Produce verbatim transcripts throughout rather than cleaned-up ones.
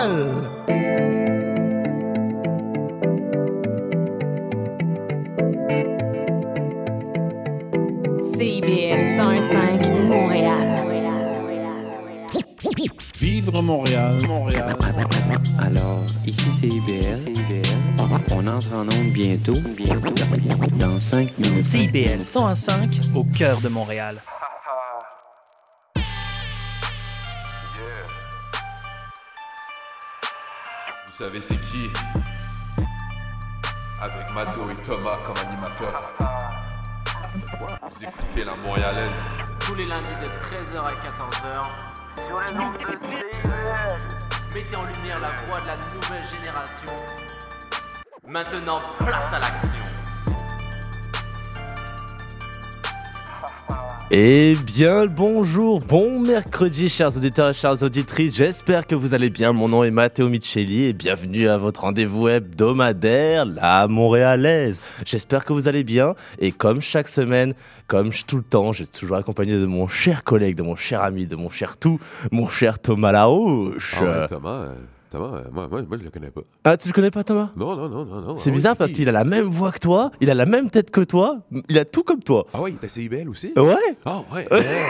Montréal. C I B L cent un virgule cinq Montréal. Vivre Montréal, Montréal. Alors, ici c'est I B L. On entre en onde bientôt, bientôt, dans cinq minutes. C I B L cent un virgule cinq au cœur de Montréal. Vous savez c'est qui? Avec Mathéo et Thomas comme animateurs. Vous écoutez la Montréalaise. Tous les lundis de treize heures à quatorze heures. Sur les ondes de C I B L. Mettez en lumière la voix de la nouvelle génération. Maintenant, place à l'action. Eh bien, bonjour, bon mercredi, chers auditeurs et chères auditrices. J'espère que vous allez bien. Mon nom est Matteo Micheli et bienvenue à votre rendez-vous hebdomadaire, la Montréalaise. J'espère que vous allez bien. Et comme chaque semaine, comme tout le temps, je suis toujours accompagné de mon cher collègue, de mon cher ami, de mon cher tout, mon cher Thomas Larouche. Ah ouais, Thomas, euh, Thomas euh, moi, moi, moi, je le connais pas. Ah, tu le connais pas, Thomas? Non, non, non, non. non. C'est ah, bizarre ouais, parce qui? qu'il a la même voix que toi, il a la même tête que toi, il a tout comme toi. Ah ouais, il est à C I B L aussi? Ouais. Ah ouais.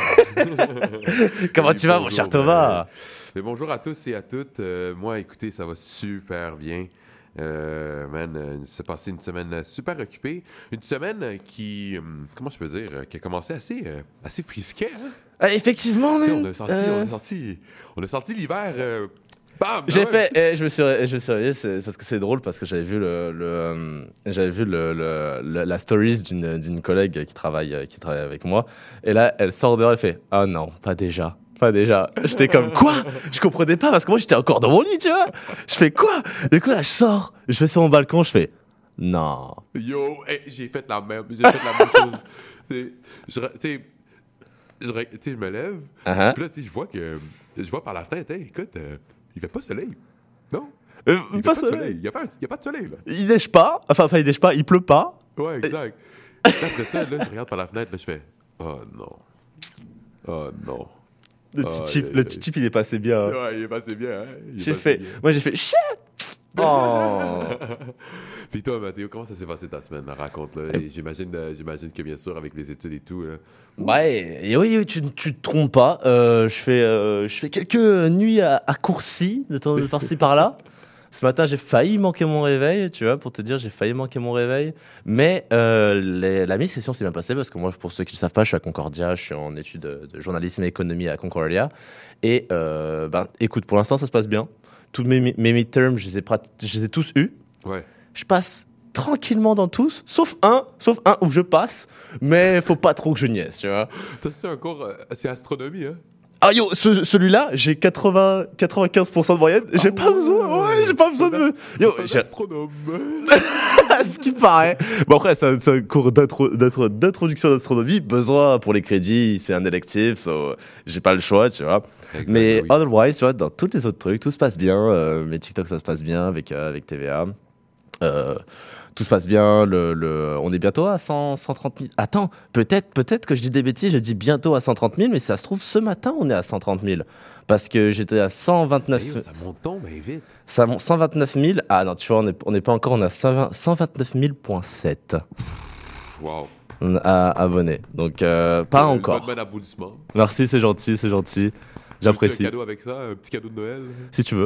Comment tu vas, mon cher Thomas? Mais bonjour à tous et à toutes. Euh, moi, écoutez, ça va super bien. Euh, man, euh, c'est passé une semaine super occupée. Une semaine qui, hum, comment je peux dire, qui a commencé assez, euh, assez frisquet. Hein? Euh, effectivement, man. On a sorti, euh... on a sorti, on a sorti l'hiver. Euh, bam! J'ai ah ouais. fait, eh, je me suis, je me suis réveillé, c'est, parce que c'est drôle parce que j'avais vu le, le euh, j'avais vu le, le, le- la stories d'une, d'une collègue qui travaille, qui travaille avec moi, et là, elle sort dehors, elle fait, ah non, pas déjà. Pas déjà. J'étais comme, quoi? Je comprenais pas parce que moi, j'étais encore dans mon lit, tu vois. Je fais quoi? Du coup, là, je sors. Je vais sur mon balcon, je fais, non. Yo, hey, j'ai fait la même, j'ai fait la même chose. Tu sais, je, tu sais, je, tu sais, je me lève, Uh-huh. puis là, tu sais, je vois que, je vois par la fenêtre, hey, écoute, euh, il fait pas soleil. Non? Euh, Il fait pas pas soleil. soleil. Il y a pas, il y a pas de soleil, là. Il neige pas. Enfin, enfin, il neige pas, il pleut pas. Ouais, exact. Là, après ça, là, je regarde par la fenêtre, là, je fais, oh non. Oh non. Le Ah, petit type, aïe, le aïe. petit type, il est passé bien. Ouais, il est passé bien, hein? Il est J'ai passé fait, bien. moi, j'ai fait, shit! Oh! Puis toi, Mathéo, comment ça s'est passé ta semaine? Raconte, là. Et J'imagine, euh, j'imagine que, bien sûr, avec les études et tout, là. Ouais, et oui, oui, tu, tu te trompes pas. Euh, je fais, euh, je fais quelques nuits à, à Courcy, de, temps- de par-ci par-là. Ce matin, j'ai failli manquer mon réveil, tu vois, pour te dire, j'ai failli manquer mon réveil. Mais euh, les- la mi-session s'est bien passée parce que moi, pour ceux qui ne le savent pas, je suis à Concordia, je suis en études de, de journalisme et économie à Concordia. Et euh, ben, écoute, pour l'instant, ça se passe bien. Tous mes, mi- mes midterms, je les ai, prat- je les ai tous eus. Ouais. Je passe tranquillement dans tous, sauf un, sauf un où je passe, mais faut pas trop que je niaise, tu vois. Toi, c'est encore, euh, c'est astronomie, hein? Ah yo, ce- celui-là, j'ai quatre-vingts, quatre-vingt-quinze pour cent de moyenne. J'ai Ah pas ouais, besoin, ouais, j'ai pas besoin de me... Yo, Un j'ai... astronome. ce qui paraît. Bon après, c'est un, c'est un cours d'intro, d'intro, d'introduction d'astronomie. Besoin pour les crédits, c'est un électif, so j'ai pas le choix, tu vois. Exact, Mais oui. otherwise, tu vois, dans tous les autres trucs, tout se passe bien. Euh, mes TikTok, ça se passe bien avec, euh, avec T V A. Euh, tout se passe bien. Le, le... On est bientôt à cent, cent trente mille. Attends, peut-être, peut-être que je dis des bêtises, je dis bientôt à cent trente mille, mais ça se trouve, ce matin, on est à cent trente mille. Parce que j'étais à cent vingt-neuf... Hey, yo, ça monte donc, mais vite. Ça monte cent vingt-neuf mille. Ah non, tu vois, on n'est on n'est pas encore, on est à cent vingt cent vingt-neuf mille virgule sept Wow. abonnés. Donc, euh, pas Euh, encore. Bonne applaudissement. Merci, c'est gentil, c'est gentil. Tu veux J'apprécie. un cadeau avec ça, un petit cadeau de Noël. Si tu veux.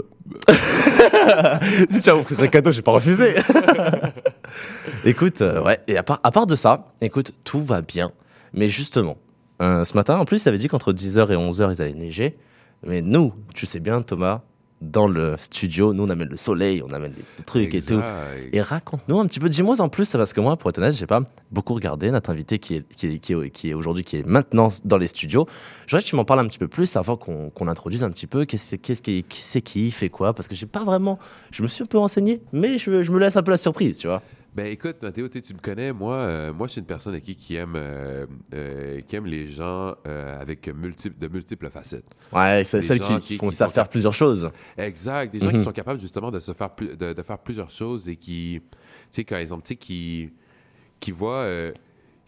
Si tu as offert un cadeau, j'ai pas refusé. Écoute, euh, ouais, et à part, à part de ça, écoute, tout va bien. Mais justement, euh, ce matin, en plus, ils avaient dit qu'entre dix heures et onze heures, ils allaient neiger. Mais nous, tu sais bien, Thomas, dans le studio, nous, on amène le soleil, on amène les trucs et tout. Exact. Et raconte-nous un petit peu, dis-moi en plus, parce que moi, pour être honnête, j'ai pas beaucoup regardé notre invité qui est, qui est, qui est, qui est aujourd'hui, qui est maintenant dans les studios. Je voudrais que tu m'en parles un petit peu plus avant qu'on, qu'on l'introduise un petit peu. Qu'est-ce, qu'est-ce qui, qui c'est qui, il fait quoi? Parce que j'ai pas vraiment, je me suis un peu renseigné, mais je, je me laisse un peu la surprise, tu vois. Ben écoute, Mathéo, tu sais, tu me connais, moi, euh, moi je suis une personne qui, qui, aime, euh, euh, qui aime les gens euh, avec multiples, de multiples facettes. Ouais, c'est Les celles gens qui, qui- font qui savent sont faire cap- plusieurs choses. Exact, des gens Mhm. qui sont capables justement de se faire plus- de, de faire plusieurs choses et qui, tu sais, par exemple, tu sais, qui, qui voient, euh,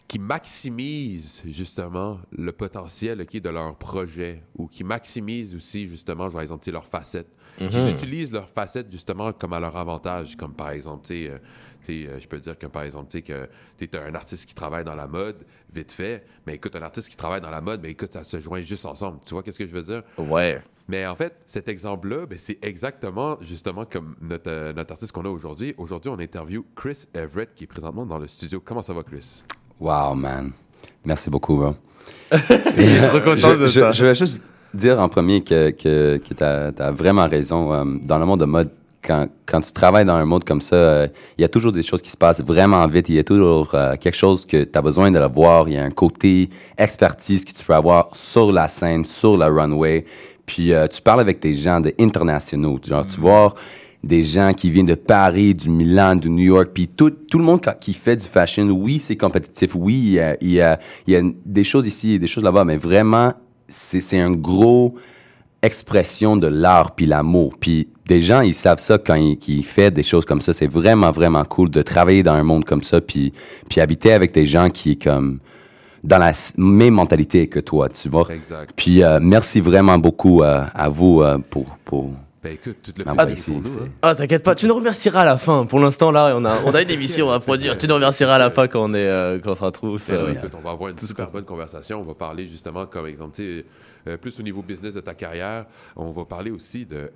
qui maximisent justement le potentiel okay, de leur projet ou qui maximisent aussi justement, par exemple, leurs facettes. Mm-hmm. Qui utilisent leurs facettes justement comme à leur avantage, comme par exemple, tu sais, euh, je peux dire que par exemple, tu sais, que tu es un artiste qui travaille dans la mode, vite fait, mais écoute, un artiste qui travaille dans la mode, mais écoute, ça se joint juste ensemble. Tu vois qu'est-ce que je veux dire? Ouais. Mais en fait, cet exemple-là, ben, c'est exactement justement comme notre, euh, notre artiste qu'on a aujourd'hui. Aujourd'hui, on interviewe Chris Everett qui est présentement dans le studio. Comment ça va, Chris? Wow, man. Merci beaucoup, bro. Il est trop content je, de je, ça. Je vais juste dire en premier que, que, que tu as vraiment raison. Euh, dans le monde de mode, quand, quand tu travailles dans un mode comme ça, il euh, y a toujours des choses qui se passent vraiment vite. Il y a toujours euh, quelque chose que tu as besoin de le voir. Il y a un côté expertise que tu peux avoir sur la scène, sur le runway. Puis euh, tu parles avec des gens de internationaux. Genre, mm. tu vois des gens qui viennent de Paris, du Milan, du New York, puis tout, tout le monde qui fait du fashion, oui, c'est compétitif, oui, il y a, il y a, il y a des choses ici et des choses là-bas, mais vraiment, c'est, c'est un gros expression de l'art puis l'amour. Puis des gens, ils savent ça quand ils, ils font des choses comme ça. C'est vraiment, vraiment cool de travailler dans un monde comme ça, puis, puis habiter avec des gens qui, comme, dans la même mentalité que toi, tu vois. Exact. Puis euh, merci vraiment beaucoup euh, à vous euh, pour... pour Ben écoute, tout le Ah, plaisir ici, pour nous. c'est- Hein. Ah, t'inquiète pas, tu nous remercieras à la fin. Pour l'instant, là, on a, on a une émission à produire. Tu nous remercieras à la fin quand on, est, euh, quand on se retrouve. C'est, Ouais, euh, écoute, on va avoir une super bonne conversation. On va parler justement, comme exemple, tu sais, euh, plus au niveau business de ta carrière. On va parler aussi de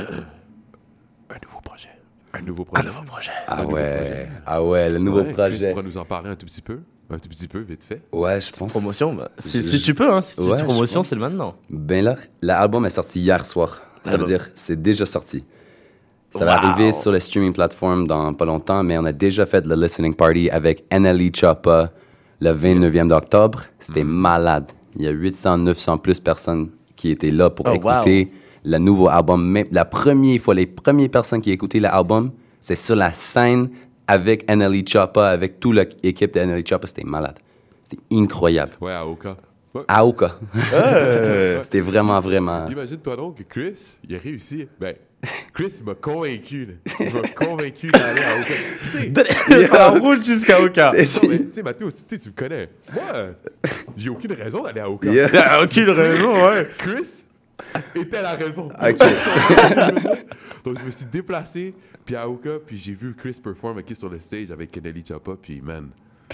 un nouveau projet. Un nouveau projet. Un nouveau projet. Ah Un nouveau ouais, projet. ah ouais, le nouveau Ouais, Chris projet. pourra nous en parler un tout petit peu. Un tout petit peu, vite fait. Ouais, je pense. Promotion, bah, si, Je- si tu peux, hein. Si tu Ouais, dis je promotion, pense. c'est le maintenant. Ben là, l'album est sorti hier soir. Ça Album. veut dire c'est déjà sorti. Ça va Wow. arriver sur les streaming platforms dans pas longtemps, mais on a déjà fait le listening party avec N L E Choppa le vingt-neuvième d'octobre. C'était Mm. malade. Il y a huit cents, neuf cents plus personnes qui étaient là pour Oh, écouter le nouveau album. Même la première fois, les premières personnes qui écoutaient l'album, c'est sur la scène avec N L E Choppa, avec toute l'équipe de N L E Choppa. C'était malade. C'était incroyable. Ouais, à Oka. Ouais. Aoka. C'était vraiment, vraiment... Imagine-toi donc que Chris, il a réussi. Ben, Chris, il m'a convaincu. Là. Il m'a convaincu d'aller à Oka. Tu sais, On roule jusqu'à aucun. non, mais, tu sais, Mathieu, tu sais, tu me connais. Moi, euh, j'ai aucune raison d'aller à Oka. Yeah. Il y a aucune raison, ouais. Chris était la raison. OK. Donc, je me suis déplacé, puis à Oka, puis j'ai vu Chris perform okay, sur le stage avec Kennedy Choppa, puis man.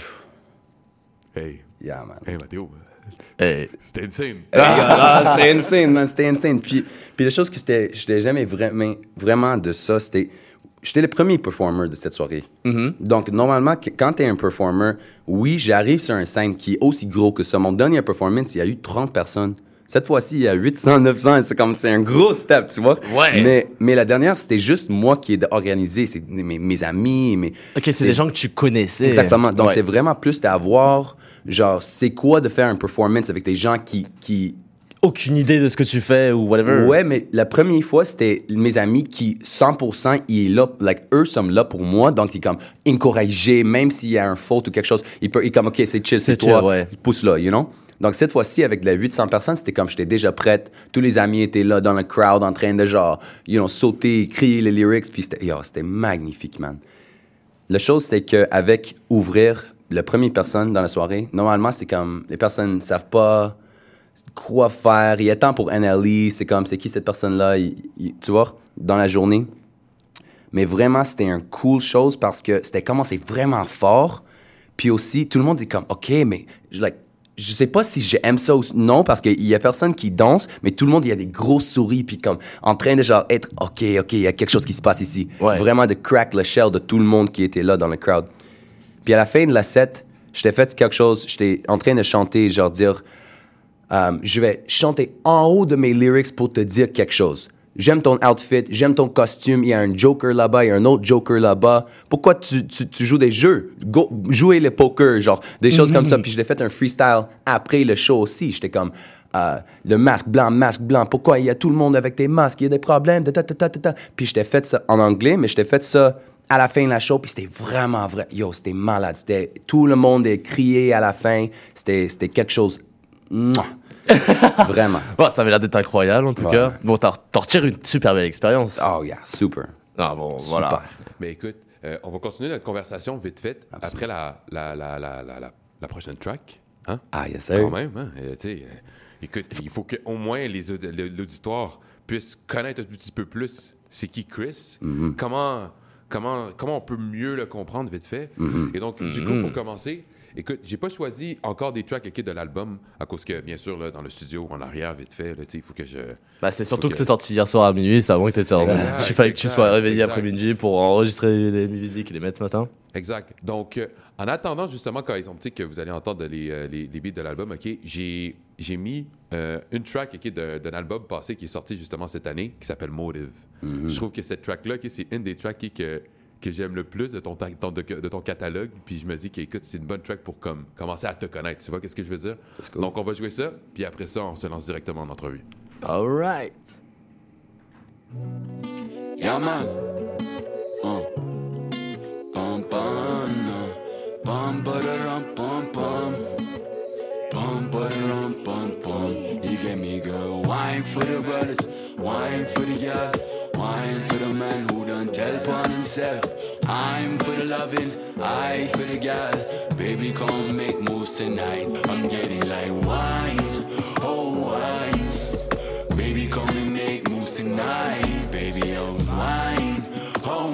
Hey, Yeah, man. hey, Mathéo. Hey. C'était insane. Ah, c'était insane, man. C'était insane. Puis, puis la chose que j'étais, j'étais jamais vraiment, vraiment de ça, c'était... J'étais le premier performer de cette soirée. Donc, normalement, que- quand t'es un performer, oui, j'arrive sur une scène qui est aussi gros que ça. Mon dernier performance, il y a eu trente personnes. Cette fois-ci, il y a huit cents, neuf cents. C'est comme, c'est un gros step, tu vois. Ouais. Mais, mais la dernière, c'était juste moi qui ai organisé. C'est mes, mes amis, mes... Ok, c'est des gens que tu connaissais. Exactement. Donc, Ouais. c'est vraiment plus d'avoir, genre, c'est quoi de faire un performance avec des gens qui... qui Aucune idée de ce que tu fais ou whatever. Ouais, mais la première fois, c'était mes amis qui, cent pour cent, ils sont là, like, eux sont là pour moi, donc ils comme encouragés, même s'il y a un faute ou quelque chose, ils peuvent, ils comme, OK, c'est chill, c'est C'est toi, chill, ouais. pousse là, you know? Donc, cette fois-ci, avec les huit cents personnes, c'était comme j'étais déjà prête. Tous les amis étaient là dans le crowd en train de, genre, you know, sauter, crier les lyrics, puis c'était, yo, c'était magnifique, man. La chose, c'était qu'avec ouvrir la première personne dans la soirée, normalement, c'est comme, les personnes ne savent pas quoi faire. Il y a temps pour N L E, c'est comme, c'est qui cette personne-là, il- il- tu vois, dans la journée. Mais vraiment, c'était un cool chose parce que c'était commencé vraiment fort. Puis aussi, tout le monde est comme, OK, mais like, je sais pas si j'aime ça ou non parce qu'il y a personne qui danse, mais tout le monde, il y a des grosses souris, puis comme en train de genre être, OK, OK, il y a quelque chose qui se passe ici. Ouais. Vraiment de crack le shell de tout le monde qui était là dans le crowd. Puis à la fin de la set, j'étais fait quelque chose, j'étais en train de chanter, genre dire, euh, je vais chanter en haut de mes lyrics pour te dire quelque chose. J'aime ton outfit, j'aime ton costume, il y a un joker là-bas, il y a un autre joker là-bas. Pourquoi tu, tu, tu joues des jeux? Go, jouez le poker, genre des choses comme ça. Puis je l'ai fait un freestyle après le show aussi. J'étais comme, euh, le masque blanc, masque blanc, pourquoi il y a tout le monde avec des masques, il y a des problèmes, ta, ta, ta, ta, ta, ta. Puis je t'ai fait ça en anglais, mais je t'ai fait ça à la fin de la show, puis c'était vraiment vrai. Yo, c'était malade. C'était, tout le monde est crié à la fin. C'était, c'était quelque chose... Mouah. Vraiment. Bon, ça avait l'air d'être incroyable en tout Ouais. cas. Bon, t'en t'en retires une super belle expérience. Oh yeah, super. Ah bon, voilà. Super. Mais écoute, euh, on va continuer notre conversation vite fait Absolument. après la, la, la, la, la, la, la prochaine track. Hein? Ah, yes, Quand sir. même, hein? Euh, tu sais, euh, écoute, il faut qu'au moins les aud- l'auditoire puisse connaître un petit peu plus c'est qui Chris, Mm-hmm. comment, comment, comment on peut mieux le comprendre vite fait. Mm-hmm. Et donc, du Mm-hmm. coup, pour commencer, écoute, j'ai pas choisi encore des tracks okay, de l'album à cause que, bien sûr, là, dans le studio, en arrière, vite fait, là, il faut que je... Bah, c'est surtout Faut que, que- c'est sorti hier soir à minuit, c'est avant que t'étais en... Exact, Il fallait que tu exact, sois réveillé exact. après minuit pour enregistrer les musiques et les mettre ce matin. Exact. Donc, euh, en attendant, justement, quand ils ont dit que vous allez entendre les, euh, les, les beats de l'album, OK, j'ai, j'ai mis euh, une track okay, de, d'un album passé qui est sorti justement cette année, qui s'appelle Motive. Mm-hmm. Je trouve que cette track-là, okay, c'est une des tracks okay, que, que j'aime le plus de ton, ta- ton- de, de ton catalogue. Puis je me dis qu'écoute, c'est une bonne track pour comme, commencer à te connaître. Tu vois qu'est-ce que je veux dire? cool. Donc, on va jouer ça, puis après ça, on se lance directement en entrevue. All right. Yeah, man. Uh. Bum, bum, no. Bum, ba-da-dum, bum, bum. Bum, ba-da-dum, bum, bum. You get me, girl. Wine for the brothers, wine for the girl, wine for the man who done tell upon himself. I'm for the loving, I for the girl. Baby, come make moves tonight. I'm getting like wine, oh wine. Baby, come and make moves tonight. Baby, oh wine, oh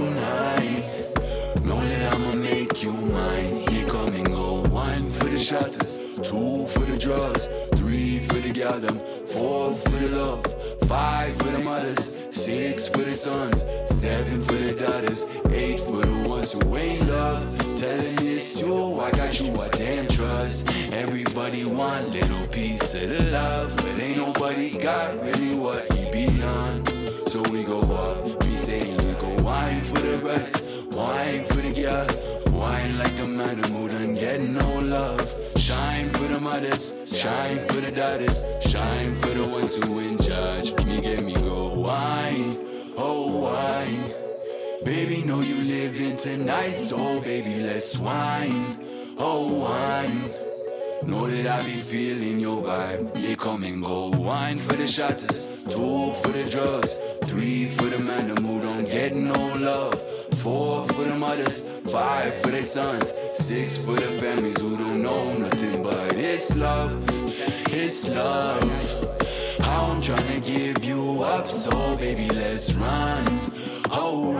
night. Know that I'ma make you mine. Here come and go. One for the shutters, two for the drugs, three for the gal them, four for the love, five for the mothers, six for the sons, seven for the daughters, eight for the ones who ain't love. Telling me it's you, I got you, I damn trust. Everybody want little piece of the love, but ain't nobody got really what he be on. So we go off, me saying we go wine for the rest, wine for the girl, wine like the man who done get no love. Shine for the mothers, shine for the daughters, shine for the ones who in charge. Me get me go wine, oh wine. Baby, know you living tonight, so baby, let's wine, oh wine. Know that I be feeling your vibe. Yeah, come and go. Wine for the shotters, two for the drugs, three for the man them who don't get no love, four for the mothers, five for their sons, six for the families who don't know nothing but it's love, it's love. How I'm tryna give you up, so baby, let's run, oh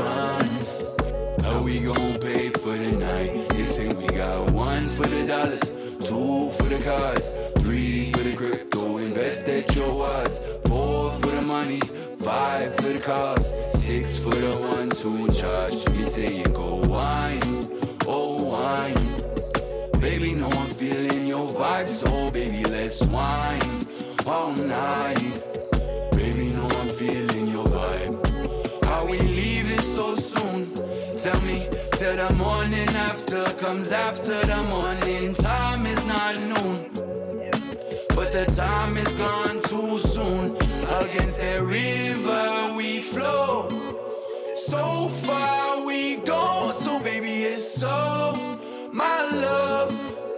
run. How we gon' pay for the night? They say we got one for the dollars, two for the cars, three for the crypto, invest at your odds, four for the monies, five for the cars, six for the ones who in charge. You say you go wine, oh wine. Baby, know I'm feeling your vibe, so baby, let's wine all night. Baby, know I'm feeling your vibe. How we leaving so soon? Tell me, till the morning after comes after the morning. Time is not noon, but the time is gone too soon. Against the river we flow, so far we go. So baby, it's so my love.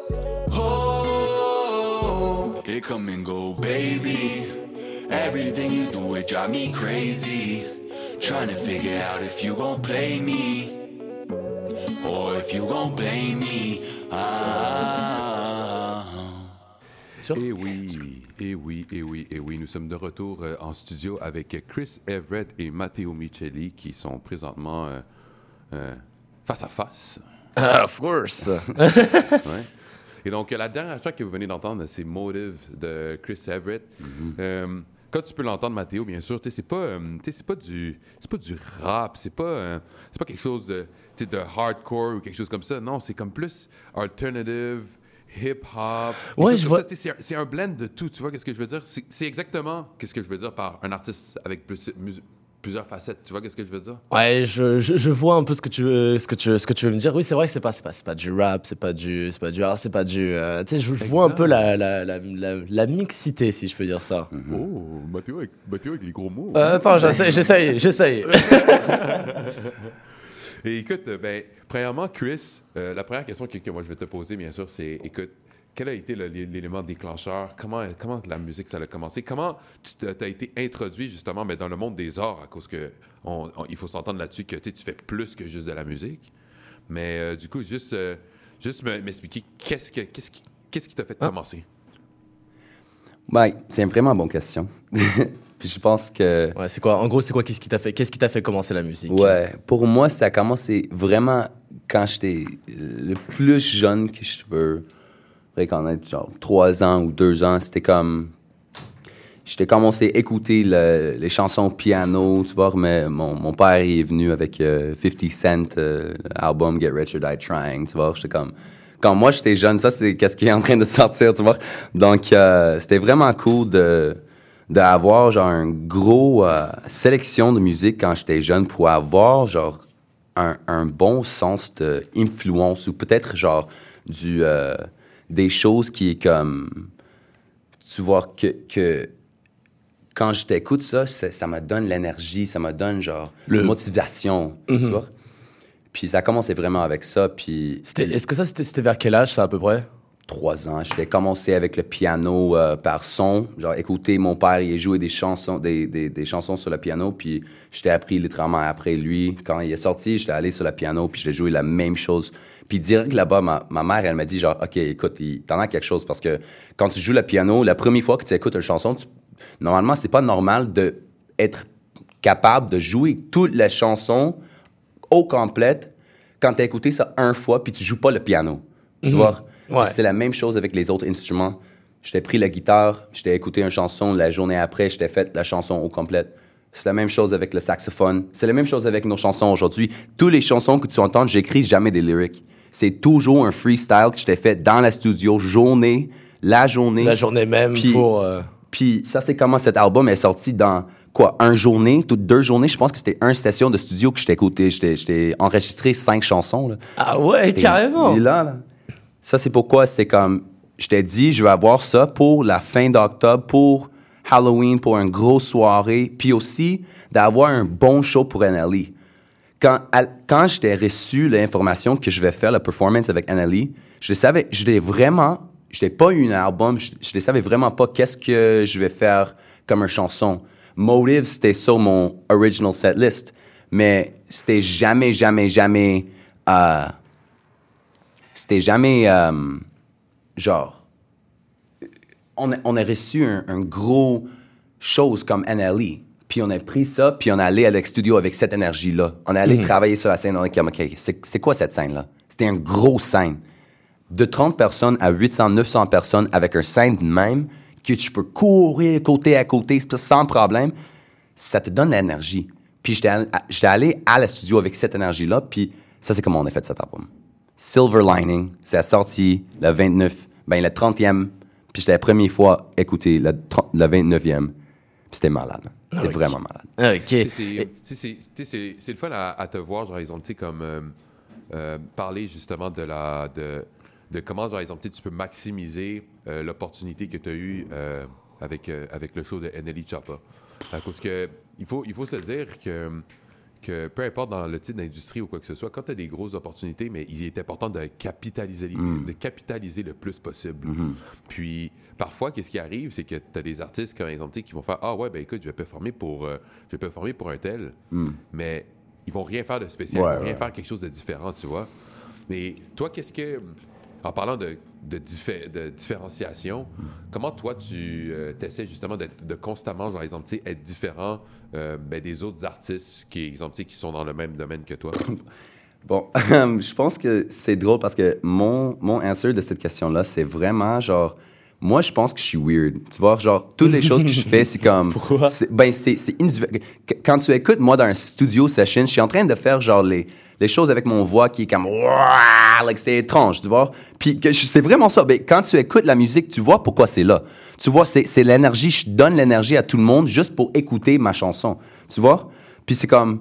Oh, here come and go, baby. Everything you do, it drive me crazy. Trying to figure out if you gon' play me or if you gon' blame me. Ah. Et oui, et oui, et oui, et oui. Nous sommes de retour euh, en studio avec Chris Everett et Matteo Micheli qui sont présentement euh, euh, face à face. Uh, of course. Ouais. Et donc, euh, la dernière track que vous venez d'entendre, c'est Motive de Chris Everett. Mm-hmm. Euh, quand tu peux l'entendre, Matteo, bien sûr, tu sais, c'est pas, euh, tu sais, c'est pas du, c'est pas du rap, c'est pas, euh, c'est pas quelque chose de, tu sais, de hardcore ou quelque chose comme ça. Non, c'est comme plus alternative, hip-hop. Ouais, quelque chose je comme vois- ça. Tu sais, C'est un, c'est un blend de tout, tu vois qu'est-ce que je veux dire? C'est, c'est exactement qu'est-ce que je veux dire par un artiste avec plus- mus- plusieurs facettes. Tu vois qu'est-ce que je veux dire? Ouais, je, je, je vois un peu ce que tu veux, ce que tu, ce que tu veux me dire. Oui, c'est vrai que c'est pas, c'est pas, c'est pas du rap, c'est pas du, c'est pas du art, c'est pas du. euh, tu sais, je, je vois un Exact. peu la, la, la, la, la mixité, si je peux dire ça. Oh, Matteo avec, Matteo avec les gros mots. Euh, attends, j'essaye, j'essaye, j'essaye. Et écoute, euh, ben, premièrement, Chris, euh, la première question que, que moi je vais te poser, bien sûr, c'est, écoute, quel a été le- l'élément déclencheur? Comment, comment la musique, ça a commencé? Comment tu as été introduit, justement, mais dans le monde des arts, à cause que, on, on- il faut s'entendre là-dessus que tu sais, tu fais plus que juste de la musique. Mais euh, du coup, juste, euh, juste me- m'expliquer qu'est-ce, que, qu'est-ce, qui, qu'est-ce qui t'a fait ah. commencer? Ben, c'est une vraiment bonne question. Puis je pense que... Ouais, c'est quoi? En gros, c'est quoi? Qu'est-ce qui t'a fait, qu'est-ce qui t'a fait commencer la musique? Ouais, pour moi, ça a commencé vraiment quand j'étais le plus jeune que je peux reconnaître, genre trois ans ou deux ans. C'était comme... J'étais commencé à écouter le, les chansons piano, tu vois, mais mon, mon père est venu avec euh, fifty Cent, euh, l'album Get Rich or Die Trying, tu vois, j'étais comme... Quand moi, j'étais jeune, ça, c'est qu'est-ce qui est en train de sortir, tu vois. Donc, euh, c'était vraiment cool de... d'avoir genre un gros euh, sélection de musique quand j'étais jeune pour avoir genre un, un bon sens d'influence ou peut-être genre du euh, des choses qui est comme tu vois que, que quand je t'écoute ça, ça me donne l'énergie, ça me donne genre Le... motivation, mm-hmm. tu vois. Puis ça a commencé vraiment avec ça, puis... C'était, est-ce que ça, c'était, c'était vers quel âge, ça, à peu près? Trois ans. J'ai commencé avec le piano euh, par son. Genre, écouter mon père, il jouait des chansons, des, des, des chansons sur le piano, puis je t'ai appris littéralement après lui. Quand il est sorti, j'étais allé sur le piano, puis j'ai joué la même chose. Puis direct là-bas, ma, ma mère, elle m'a dit genre, OK, écoute, il, t'en as quelque chose, parce que quand tu joues le piano, la première fois que tu écoutes une chanson, tu, normalement, c'est pas normal d'être capable de jouer toutes les chansons au complète quand tu as écouté ça une fois, puis tu joues pas le piano. Tu mm-hmm. vois? Ouais. C'était la même chose avec les autres instruments. J'étais pris la guitare, j'étais écouté une chanson, la journée après, j'étais fait la chanson au complète. C'est la même chose avec le saxophone. C'est la même chose avec nos chansons aujourd'hui. Toutes les chansons que tu entends, j'écris jamais des lyrics. C'est toujours un freestyle que j'étais fait dans la studio, journée, la journée. La journée même puis, pour... Euh... Puis ça, c'est comment cet album est sorti dans, quoi, une journée, toutes deux journées. Je pense que c'était une station de studio que j'étais écouté. J'étais, j'étais enregistré cinq chansons. Là. Ah ouais, c'était carrément! Là, là. Ça, c'est pourquoi c'est comme... Je t'ai dit, je vais avoir ça pour la fin d'octobre, pour Halloween, pour une grosse soirée, puis aussi d'avoir un bon show pour N L E. Quand, à, quand j'étais reçu l'information que je vais faire la performance avec N L E, je savais, je l'ai vraiment... Je n'ai pas eu un album, je ne savais vraiment pas qu'est-ce que je vais faire comme une chanson. Motive, c'était sur mon original set list, mais c'était jamais, jamais, jamais... Euh, C'était jamais, euh, genre, on a, on a reçu un, un gros chose comme N L E, puis on a pris ça, puis on est allé à l'ex-studio avec cette énergie-là. On est allé mm-hmm. travailler sur la scène, on est comme, OK, c'est, c'est quoi cette scène-là? C'était une grosse scène. De trente personnes à huit cents, neuf cents personnes avec une scène de même, que tu peux courir côté à côté sans problème, ça te donne l'énergie. Puis j'étais allé, j'étais allé à la studio avec cette énergie-là, puis ça, c'est comment on a fait cet album. Silver Lining, c'est sorti le vingt-neuf, ben le trentième, puis c'était la première fois écouter le, le vingt-neuvième, puis c'était malade. C'était okay. vraiment malade. OK. C'est, c'est, c'est, c'est, c'est, c'est le fun à, à te voir, genre, exemple, tu sais, comme euh, euh, parler justement de la... De, de comment, genre, exemple, tu peux maximiser euh, l'opportunité que tu as eue euh, avec, euh, avec le show de N L E Choppa. Parce que il faut, il faut se dire que... que peu importe dans le type d'industrie ou quoi que ce soit, quand tu as des grosses opportunités, mais il est important de capitaliser, mm. de capitaliser le plus possible. Mm-hmm. Puis, parfois, qu'est-ce qui arrive, c'est que tu as des artistes, comme exemple, qui vont faire « Ah ouais, ben écoute, je vais performer pour, euh, je vais performer pour un tel. Mm. » Mais ils vont rien faire de spécial, ouais, ils vont rien ouais. faire quelque chose de différent, tu vois. Mais toi, qu'est-ce que... En parlant de, de, diffé- de différenciation, mm. comment toi, tu euh, essaies justement de, de constamment, par exemple, être différent euh, ben, des autres artistes qui, exemple, qui sont dans le même domaine que toi? Bon, je pense que c'est drôle parce que mon, mon answer de cette question-là, c'est vraiment genre... Moi, je pense que je suis weird. Tu vois, genre, toutes les choses que je fais, c'est comme... Pourquoi? C'est, ben, c'est, c'est individuel. Quand tu écoutes, moi, dans un studio session, je suis en train de faire, genre, les... les choses avec mon voix qui est comme like, c'est étrange, tu vois. Puis que je, c'est vraiment ça. Ben, quand tu écoutes la musique, tu vois pourquoi c'est là. Tu vois, c'est, c'est l'énergie. Je donne l'énergie à tout le monde juste pour écouter ma chanson. Tu vois? Puis c'est comme...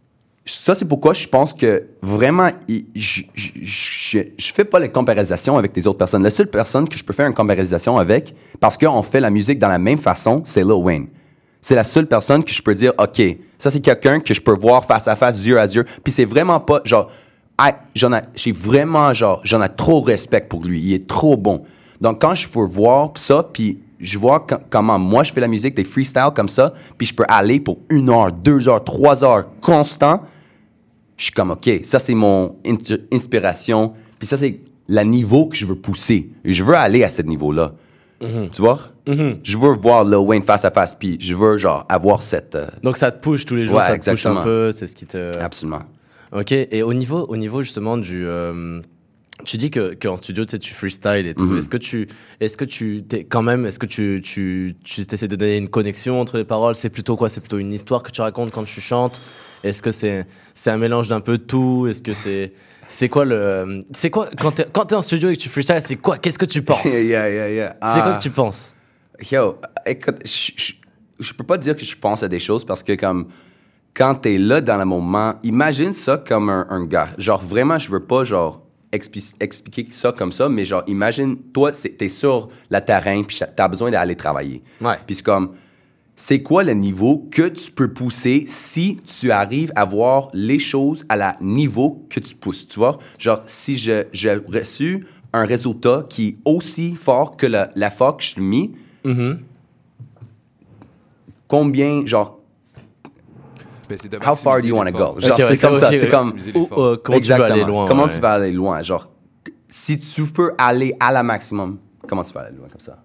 Ça, c'est pourquoi je pense que vraiment, je, je, je, je fais pas les comparaisons avec les autres personnes. La seule personne que je peux faire une comparaison avec, parce qu'on fait la musique dans la même façon, c'est Lil Wayne. C'est la seule personne que je peux dire, OK, ça, c'est quelqu'un que je peux voir face à face, yeux à yeux. Puis c'est vraiment pas, genre, I, j'en ai, j'ai vraiment, genre, j'en ai trop respect pour lui. Il est trop bon. Donc, quand je peux voir ça, puis je vois c- comment moi, je fais la musique, des freestyles comme ça, puis je peux aller pour une heure, deux heures, trois heures constant, je suis comme, OK, ça, c'est mon inter- inspiration. Puis ça, c'est le niveau que je veux pousser. Et je veux aller à ce niveau-là. Mm-hmm. Tu vois? Mm-hmm. Je veux voir Lil Wayne face à face, puis je veux, genre, avoir cette... Euh... Donc, ça te push tous les jours, ouais, ça te exactement. push un peu, c'est ce qui te... Absolument. OK, et au niveau, au niveau justement du... Euh, tu dis que, qu'en studio, tu sais, tu freestyle et tout. Mm-hmm. Est-ce que tu... Est-ce que tu... T'es, quand même, est-ce que tu, tu, tu essaies de donner une connexion entre les paroles? C'est plutôt quoi? C'est plutôt une histoire que tu racontes quand tu chantes? Est-ce que c'est, c'est un mélange d'un peu de tout? Est-ce que c'est... C'est quoi le... C'est quoi... Quand t'es, quand t'es en studio et que tu freestyle, c'est quoi? Qu'est-ce que tu penses? yeah, yeah, yeah. C'est uh, quoi que tu penses? Yo, écoute, je peux pas dire que je pense à des choses parce que comme... Quand t'es là dans le moment, imagine ça comme un, un gars. Genre, vraiment, je veux pas, genre, expli- expliquer ça comme ça, mais genre, imagine, toi, c'est, t'es sur le terrain, puis t'as besoin d'aller travailler. Ouais. Puis c'est comme, c'est quoi le niveau que tu peux pousser si tu arrives à voir les choses à la niveau que tu pousses, tu vois? Genre, si je, j'ai reçu un résultat qui est aussi fort que le, l'effort que je t'ai mis, mm-hmm. combien, genre, how far do you want to go? Genre, okay, c'est ouais, comme ça, c'est comme... Ou, euh, comment exactement. Tu vas aller loin? Comment ouais. tu vas aller loin? Genre, si tu peux aller à la maximum, comment tu vas aller loin comme ça?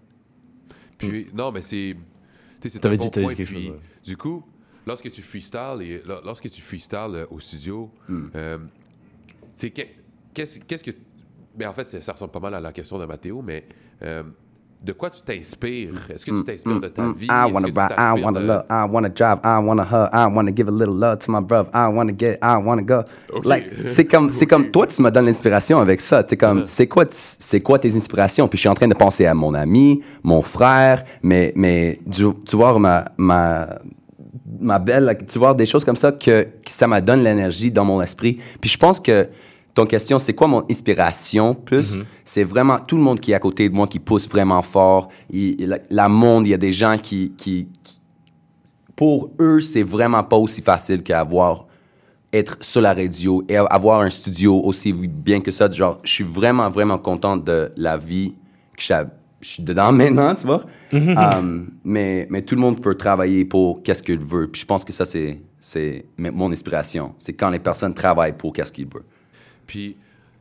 Puis, non, mais c'est... Tu sais, c'est t'avais un bon dit, point. Puis, chose, ouais. Du coup, lorsque tu freestyles, et, lorsque tu freestyles euh, au studio, mm. euh, tu sais, qu'est-ce, qu'est-ce que... Mais en fait, ça, ça ressemble pas mal à la question de Mathéo, mais... Euh, de quoi tu t'inspires? Est-ce que tu t'inspires de ta vie? I wanna ride, I wanna de... love, I wanna drive, I wanna hug, I wanna give a little love to my brother, I wanna get, I wanna go. Okay. Like, c'est comme, c'est okay. comme, toi, tu me donnes l'inspiration avec ça. T'es comme, uh-huh. c'est quoi, c'est quoi tes inspirations? Puis je suis en train de penser à mon ami, mon frère, mais, mais, tu, tu vois, ma, ma, ma belle, tu vois, des choses comme ça que, que ça me donne l'énergie dans mon esprit. Puis je pense que ton question, c'est quoi mon inspiration plus? Mm-hmm. C'est vraiment tout le monde qui est à côté de moi qui pousse vraiment fort. Il, la, la monde, il y a des gens qui, qui, qui... Pour eux, c'est vraiment pas aussi facile qu'avoir... être sur la radio et avoir un studio aussi bien que ça. Genre, je suis vraiment, vraiment content de la vie que je suis dedans maintenant, tu vois? Mm-hmm. Um, mais, mais tout le monde peut travailler pour qu'est-ce qu'il veut. Puis je pense que ça, c'est, c'est mon inspiration. C'est quand les personnes travaillent pour qu'est-ce qu'ils veulent. Puis,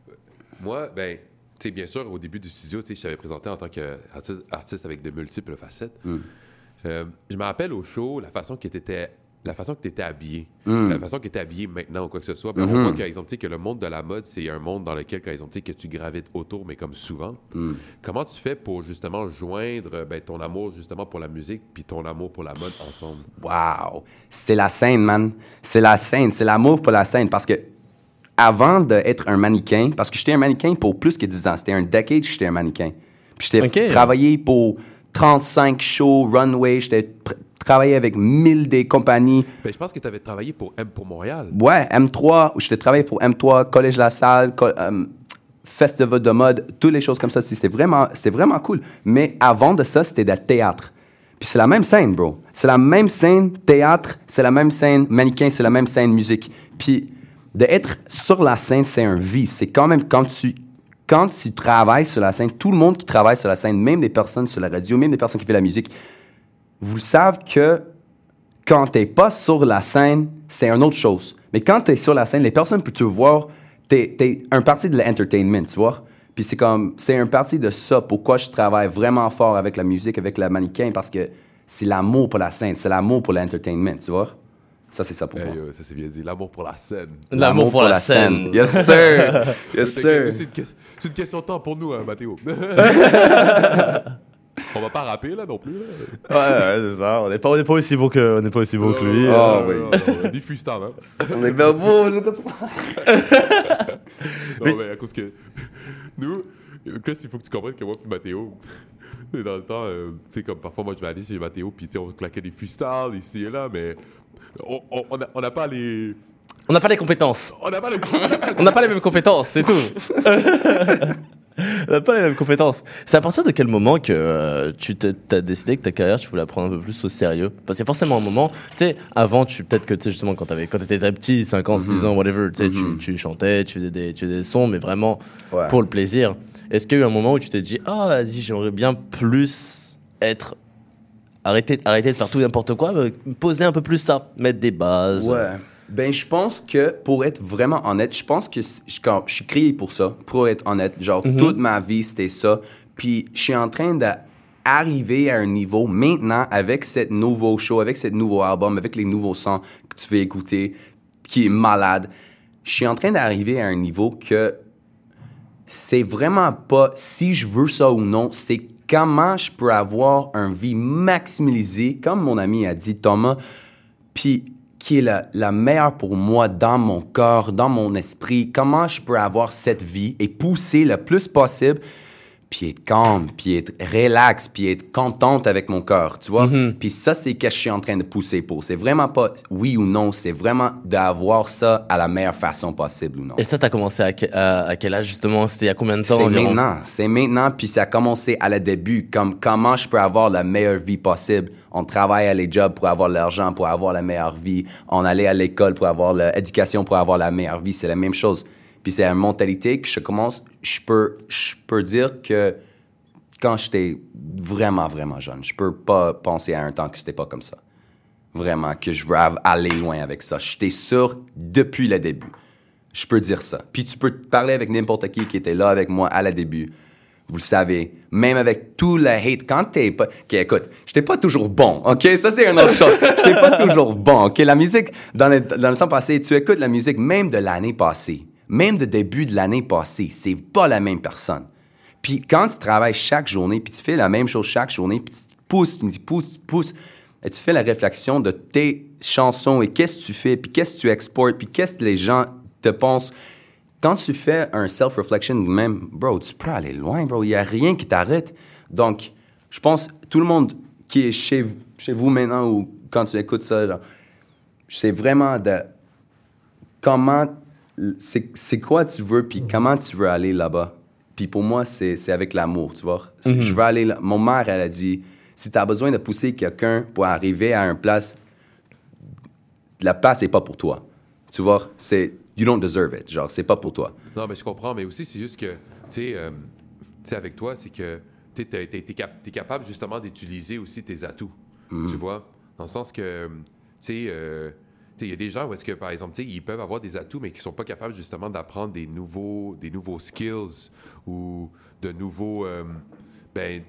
moi, ben, tu sais, bien sûr, au début du studio, tu sais, je t'avais présenté en tant qu'artiste artiste avec de multiples facettes. Mm. Euh, je me rappelle au show, la façon que tu étais, la façon que tu étais habillé, mm. la façon que tu étais habillé maintenant ou quoi que ce soit. Ben, mm-hmm. On voit, par exemple, tu sais, que le monde de la mode, c'est un monde dans lequel, par exemple, tu sais, que tu gravites autour, mais comme souvent. Mm. Comment tu fais pour, justement, joindre ben, ton amour, justement, pour la musique puis ton amour pour la mode ensemble? Wow! C'est la scène, man. C'est la scène. C'est l'amour pour la scène. Parce que avant d'être un mannequin, parce que j'étais un mannequin pour plus que dix ans, c'était un decade que j'étais un mannequin. Puis j'étais okay. travaillé pour trente-cinq shows, runway, j'étais pr- travaillé avec mille des compagnies. Ben, je pense que tu avais travaillé pour M pour Montréal. Ouais, M trois, j'étais travaillé pour M trois, Collège La Salle, co- um, Festival de mode, toutes les choses comme ça. C'était vraiment, c'était vraiment cool. Mais avant de ça, c'était de théâtre. Puis c'est la même scène, bro. C'est la même scène théâtre, c'est la même scène mannequin, c'est la même scène musique. Puis d'être sur la scène, c'est un vice. C'est quand même quand tu, quand tu travailles sur la scène, tout le monde qui travaille sur la scène, même des personnes sur la radio, même des personnes qui font la musique, vous savez que quand tu n'es pas sur la scène, c'est une autre chose. Mais quand tu es sur la scène, les personnes peuvent te voir, tu es un parti de l'entertainment, tu vois? Puis c'est comme, c'est un parti de ça. Pourquoi je travaille vraiment fort avec la musique, avec la mannequin, parce que c'est l'amour pour la scène, c'est l'amour pour l'entertainment, tu vois? Ça, c'est ça pour hey, moi. Euh, ça, c'est bien dit. L'amour pour la scène. L'amour, L'amour pour, pour la, la scène. scène. Yes, sir. Yes, sir. C'est une, que- c'est une question de temps pour nous, hein, Mathéo. On va pas rapper, là, non plus. Là. Ouais, ouais, c'est ça. On n'est pas, pas aussi beau que, on n'est pas aussi beau que lui. Oh, euh... oui. On dit freestyle, hein. On est bien beau. Non, mais à cause que... Nous, Chris, il faut que tu comprennes que moi et Mathéo... Dans le temps, euh, tu sais, comme parfois, moi, je vais aller chez Mathéo, puis on claquait des freestyles ici et là, mais on n'a on a pas les... On n'a pas les compétences. On n'a pas les... on n'a pas les mêmes compétences, c'est tout. On n'a pas les mêmes compétences. C'est à partir de quel moment que euh, tu as décidé que ta carrière, tu voulais la prendre un peu plus au sérieux? Parce que forcément, un moment, tu sais, avant, tu, peut-être que, tu sais, justement, quand tu étais très petit, cinq ans, six mm-hmm. ans, whatever, tu sais, mm-hmm. tu, tu chantais, tu faisais des, tu faisais des sons, mais vraiment ouais. pour le plaisir. Est-ce qu'il y a eu un moment où tu t'es dit, ah, oh, vas-y, j'aimerais bien plus être. Arrêter, arrêter de faire tout n'importe quoi, me poser un peu plus ça, mettre des bases? Ouais. Ben, je pense que, pour être vraiment honnête, je pense que je, quand, je suis créé pour ça, pour être honnête. Genre, mm-hmm. toute ma vie, c'était ça. Puis, je suis en train d'arriver à un niveau, maintenant, avec ce nouveau show, avec ce nouveau album, avec les nouveaux sons que tu veux écouter, qui est malade. Je suis en train d'arriver à un niveau que c'est vraiment pas si je veux ça ou non, c'est comment je peux avoir une vie maximisée, comme mon ami a dit, Thomas, puis qui est la, la meilleure pour moi dans mon corps, dans mon esprit, comment je peux avoir cette vie et pousser le plus possible, puis être calme, puis être relax, puis être contente avec mon corps, tu vois? Mm-hmm. Puis ça, c'est ce que je suis en train de pousser pour. C'est vraiment pas oui ou non, c'est vraiment d'avoir ça à la meilleure façon possible ou non. Et ça, t'as commencé à, que, à, à quel âge, justement? C'était il y a combien de temps C'est environ? maintenant. C'est maintenant, puis ça a commencé à le début, comme comment je peux avoir la meilleure vie possible. On travaille à les jobs pour avoir l'argent, pour avoir la meilleure vie. On allait à l'école pour avoir l'éducation, pour avoir la meilleure vie. C'est la même chose. Puis c'est une mentalité que je commence, je peux, je peux dire que quand j'étais vraiment, vraiment jeune, je peux pas penser à un temps que c'était pas comme ça. Vraiment, que je veux aller loin avec ça. J'étais sûr depuis le début. Je peux dire ça. Puis tu peux parler avec n'importe qui qui était là avec moi à le début. Vous le savez, même avec tout le hate, quand t'es pas... OK, écoute, j'étais pas toujours bon, OK? Ça, c'est une autre chose. J'étais pas toujours bon, OK? La musique, dans le, dans le temps passé, tu écoutes la musique même de l'année passée. Même de début de l'année passée, c'est pas la même personne. Puis quand tu travailles chaque journée, puis tu fais la même chose chaque journée, puis tu pousses, tu pousses, tu pousses, et tu fais la réflexion de tes chansons et qu'est-ce que tu fais, puis qu'est-ce que tu exportes, puis qu'est-ce que les gens te pensent. Quand tu fais un self-reflection même, bro, tu peux aller loin, bro. Il n'y a rien qui t'arrête. Donc, je pense tout le monde qui est chez, chez vous maintenant ou quand tu écoutes ça, genre, c'est vraiment de comment... C'est, c'est quoi tu veux, puis comment tu veux aller là-bas. Puis pour moi, c'est, c'est avec l'amour, tu vois. Mm-hmm. Je veux aller là. Mon mère, elle a dit, si tu as besoin de pousser quelqu'un pour arriver à une place, la place n'est pas pour toi. Tu vois, c'est, you don't deserve it. Genre, c'est pas pour toi. Non, mais je comprends, mais aussi, c'est juste que, tu sais, euh, avec toi, c'est que tu es cap- capable justement d'utiliser aussi tes atouts, mm-hmm. tu vois. Dans le sens que, tu sais... Euh, il y a des gens où est-ce que, par exemple, ils peuvent avoir des atouts, mais qui ne sont pas capables, justement, d'apprendre des nouveaux, des nouveaux skills ou de nouveaux... Euh, ben,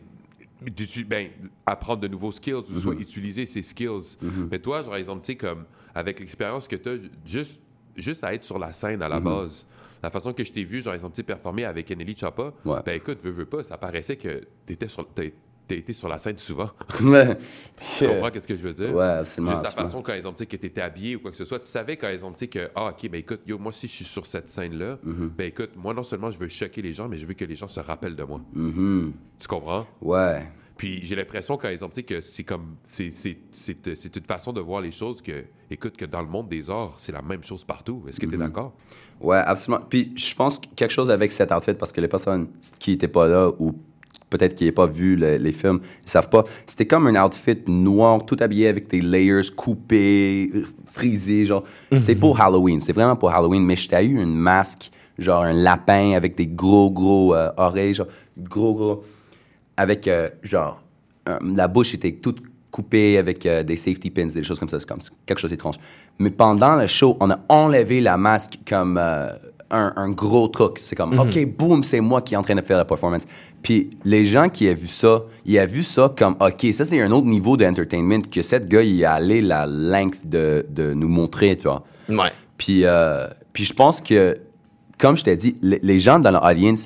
ben, apprendre de nouveaux skills ou mm-hmm. soit utiliser ces skills. Mm-hmm. Mais toi, genre, par exemple, tu sais, comme, avec l'expérience que tu as, juste, juste à être sur la scène à la mm-hmm. base, la façon que je t'ai vu, genre, par exemple, tu sais, performer avec Eneli Chapa, ouais. ben écoute, veux, veux pas, ça paraissait que tu étais sur... T'es, T'as été sur la scène souvent. Ouais. Tu comprends qu'est-ce que je veux dire? Ouais, absolument. Juste la façon, quand exemple, que tu étais habillé ou quoi que ce soit, tu savais quand exemple, que, ah, OK, ben écoute, yo, moi, si je suis sur cette scène-là, mm-hmm. ben écoute, moi, non seulement je veux choquer les gens, mais je veux que les gens se rappellent de moi. Mm-hmm. Tu comprends? Ouais. Puis j'ai l'impression, quand exemple, que c'est comme, c'est, c'est, c'est, c'est une façon de voir les choses que, écoute, que dans le monde des arts, c'est la même chose partout. Est-ce que tu es mm-hmm. d'accord? Ouais, absolument. Puis je pense que quelque chose avec cet outfit, parce que les personnes qui n'étaient pas là ou peut-être qu'ils n'aient pas vu le, les films, ils ne savent pas. C'était comme un outfit noir, tout habillé avec des layers coupés, frisés, genre. Mm-hmm. C'est pour Halloween, c'est vraiment pour Halloween. Mais j'étais eu une masque, genre un lapin avec des gros, gros euh, oreilles, genre gros, gros, avec, euh, genre, euh, la bouche était toute coupée avec euh, des safety pins, des choses comme ça. C'est comme quelque chose d'étrange. Mais pendant le show, on a enlevé la masque comme euh, un, un gros truc. C'est comme, mm-hmm. OK, boum, c'est moi qui est en train de faire la performance. Puis les gens qui ont vu ça, ils ont vu ça comme, OK, ça, c'est un autre niveau d'entertainment que cet gars, il est allé la length de, de nous montrer, tu vois. Ouais. Puis, euh, puis je pense que, comme je t'ai dit, les, les gens dans l'audience,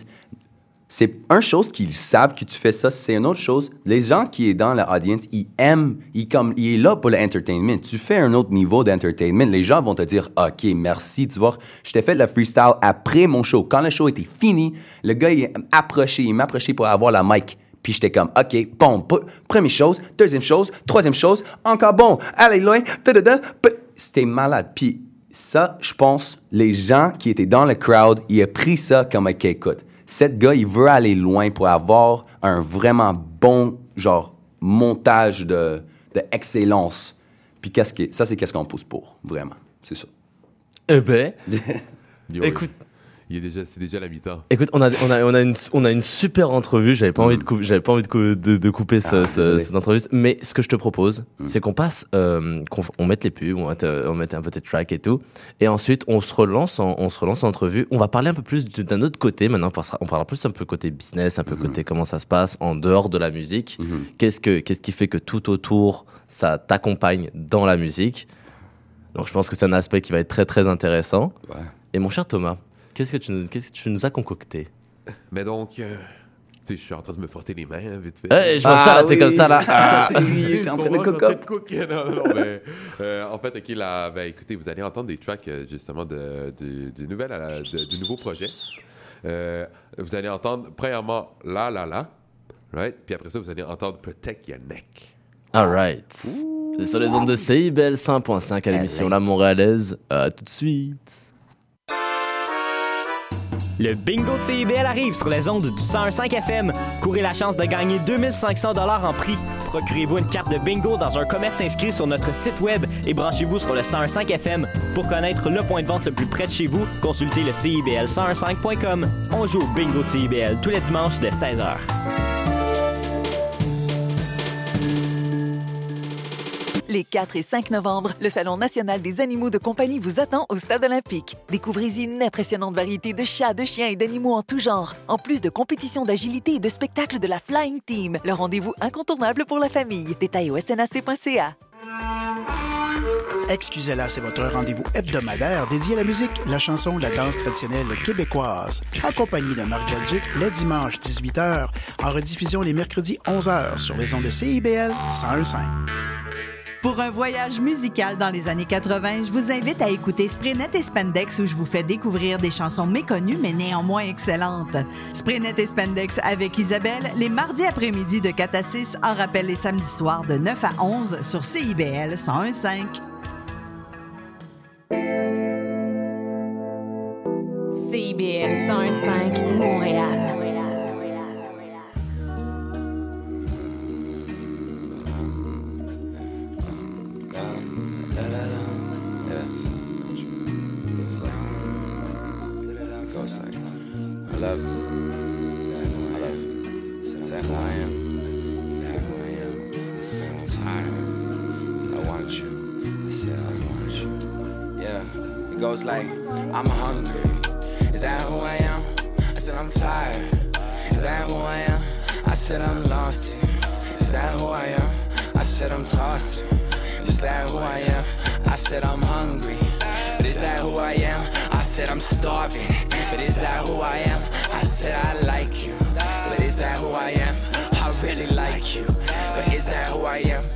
c'est une chose qu'ils savent que tu fais ça, c'est une autre chose. Les gens qui sont dans l'audience, ils aiment, ils, comme, ils sont là pour l'entertainment. Tu fais un autre niveau d'entertainment, les gens vont te dire, OK, merci, tu vois. Je t'ai fait le freestyle après mon show. Quand le show était fini, le gars, il m'a approché, il m'a approché pour avoir la mic. Puis j'étais comme, OK, bon, première chose, deuxième chose, troisième chose, encore bon, allez loin, da-da-da. C'était malade. Puis ça, je pense, les gens qui étaient dans le crowd, ils ont pris ça comme, OK, écoute, cet gars, il veut aller loin pour avoir un vraiment bon, genre, montage de, de excellence. Puis qu'est-ce que, ça, c'est qu'est-ce qu'on pousse pour, vraiment. C'est ça. Eh ben, Yo, écoute... il est déjà, c'est déjà la mi-temps. Écoute, on a, on a, on a, une, on a une super entrevue. J'avais pas envie de, couper, j'avais pas envie de, cou- de, de couper ce, Ah, ce, désolé. cette entrevue. Mais ce que je te propose, Mm. c'est qu'on passe, euh, qu'on on mette les pubs, on mette, euh, on mette un peu de track et tout. Et ensuite, on se relance en, on se relance en entrevue. On va parler un peu plus de- d'un autre côté. Maintenant, on, passera, on parlera plus un peu côté business, un peu Mhm. côté comment ça se passe en dehors de la musique. Mhm. Qu'est-ce, que, qu'est-ce qui fait que tout autour, ça t'accompagne dans la musique. Donc, je pense que c'est un aspect qui va être très, très intéressant. Ouais. Et mon cher Thomas, qu'est-ce que tu, nous- qu'est-ce que tu nous as concocté? Mais donc, euh, tu sais, je suis en train de me frotter les mains, hein, vite fait. Hey, je vois ça, là, t'es oui. comme ça, là. Ah. Oui, t'es en train de Pour moi, coco. je suis en train de coquer. Non, non, non, mais, euh, en fait, OK, là, ben, écoutez, vous allez entendre des tracks, euh, justement, de, de, du, nouvel, à la- de- du nouveau projet. Euh, vous allez entendre, premièrement, La La La, right? Puis après ça, vous allez entendre Protect Your Neck. All right. C'est sur les ondes de C I B L cent point cinq à l'émission La Montréalaise. À tout de suite. Le bingo de C I B L arrive sur les ondes du cent un virgule cinq F M. Courez la chance de gagner deux mille cinq cents dollars en prix. Procurez-vous une carte de bingo dans un commerce inscrit sur notre site web et branchez-vous sur le cent un virgule cinq F M. Pour connaître le point de vente le plus près de chez vous, consultez le C I B L cent quinze point com. On joue au bingo de C I B L tous les dimanches dès seize heures. Les quatre et cinq novembre, le Salon national des animaux de compagnie vous attend au Stade olympique. Découvrez-y une impressionnante variété de chats, de chiens et d'animaux en tout genre, en plus de compétitions d'agilité et de spectacles de la Flying Team. Le rendez-vous incontournable pour la famille. Détails au S N A C point C A. Excusez-la, c'est votre rendez-vous hebdomadaire dédié à la musique, la chanson, la danse traditionnelle québécoise. Accompagné de Marc Belgique, les dimanches dix-huit heures, en rediffusion les mercredis onze heures sur les ondes de C I B L cent un virgule cinq. Pour un voyage musical dans les années quatre-vingt, je vous invite à écouter Spraynet et Spandex où je vous fais découvrir des chansons méconnues mais néanmoins excellentes. Spraynet et Spandex avec Isabelle, les mardis après-midi de quatre à six, en rappel les samedis soirs de neuf à onze sur C I B L cent un virgule cinq. C I B L cent un virgule cinq Montréal. I love you. I love you. Is that who I am? Is that who I am? I said I'm tired of you. I want you. I said I want you. Yeah, it goes like, I'm hungry. Is that who I am? I said I'm tired. Is that who I am? I said I'm lost here. Is that who I am? I said I'm tossed here. Is that who I am? I said I'm hungry. But is that who I am? I said I'm starving. But is that who I am? I said I like you. But is that who I am? I really like you. But is that who I am?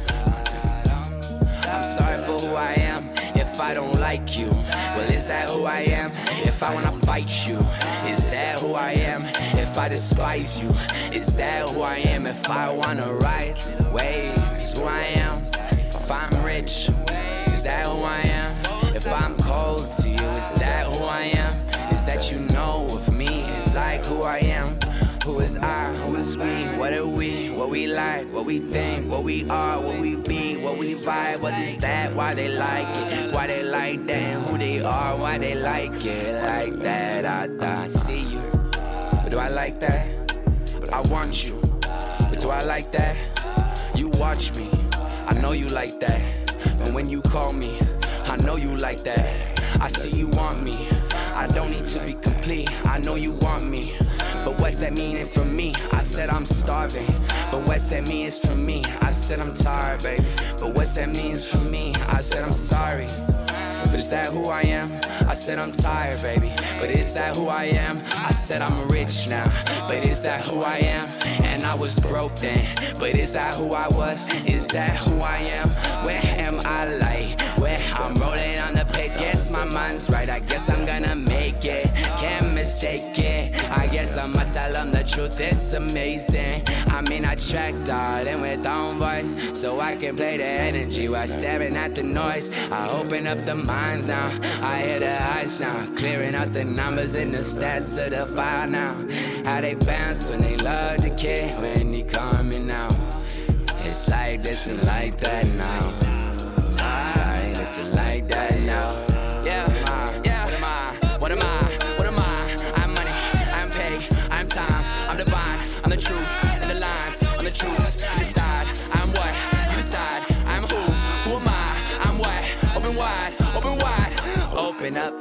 I'm sorry for who I am if I don't like you. Well, is that who I am? If I wanna fight you, is that who I am? If I despise you, is that who I am? If I wanna ride waves, who I am? If I'm rich, is that who I am? If I'm cold to you, is that who I am? Is that you know of me? It's like who I am. Who is I? Who is we? What are we? What we like? What we think? What we are? What we be? What we vibe? What is that? Why they like it? Why they like that? Who they are? Why they like it? Like that? I, I see you. But do I like that? But I want you. But do I like that? You watch me. I know you like that. And when you call me, I know you like that. I see you want me. I don't need to be complete. I know you want me. But what's that meaning for me? I said I'm starving. But what's that mean is for me? I said I'm tired, baby. But what's that means for me? I said I'm sorry. But is that who I am? I said I'm tired, baby. But is that who I am? I said I'm rich now. But is that who I am? And I was broke then. But is that who I was? Is that who I am? Where am I like? Where I'm rolling on the page. Guess my mind's right. I guess I'm gonna make it. Can't mistake it. I guess I'ma tell them the truth. It's amazing. I mean, I tracked all in with own voice. So I can play the energy while staring at the noise. I open up the minds now. I hear the eyes now. Clearing out the numbers and the stats of the file now. How they bounce when they love the kid. When he coming out. It's like this and like that now. It's like this and like that now. Yeah, yeah. What am I? What am I? What am I?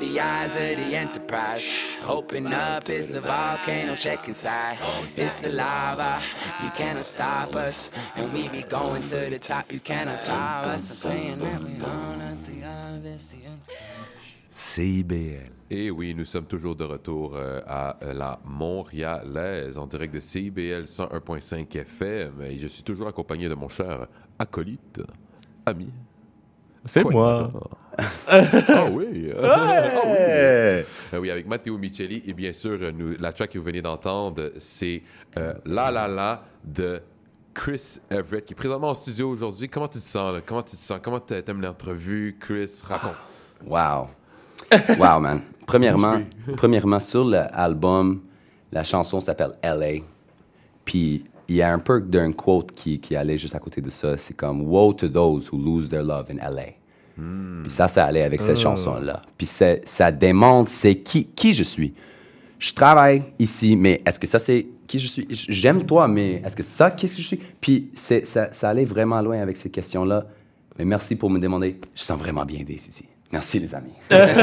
the eyes of the Enterprise. Open up, it's a volcano, check inside. It's the lava, you cannot stop us. And we be going to the top, you cannot top us. I'm saying that we own at the obvious, the Enterprise. C I B L. Et oui, nous sommes toujours de retour euh, à euh, la Montréalaise, en direct de C I B L cent un point cinq F M. Et je suis toujours accompagné de mon cher acolyte, ami. C'est Quoi, moi. Ah oui. Ouais. Ah oui. Euh, oui, avec Matteo Micheli. Et bien sûr, nous, la track que vous venez d'entendre, c'est euh, La La La de Chris Everett, qui est présentement en studio aujourd'hui. Comment tu te sens, là? Comment tu te sens? Comment t'aimes l'entrevue? Chris, raconte. Wow. Wow, man. Premièrement, premièrement, sur l'album, la chanson s'appelle L A. Puis il y a un peu d'un quote qui, qui allait juste à côté de ça. C'est comme « Woe to those who lose their love in L A Mm. ». Puis ça, ça allait avec cette Oh. chanson-là. Puis ça démontre c'est qui, qui je suis. Je travaille ici, mais est-ce que ça, c'est qui je suis? J'aime toi, mais est-ce que c'est ça, qu'est-ce que je suis? Puis c'est, ça, ça allait vraiment loin avec ces questions-là. Mais merci pour me demander. Je sens vraiment bien d'être ici. Merci, les amis.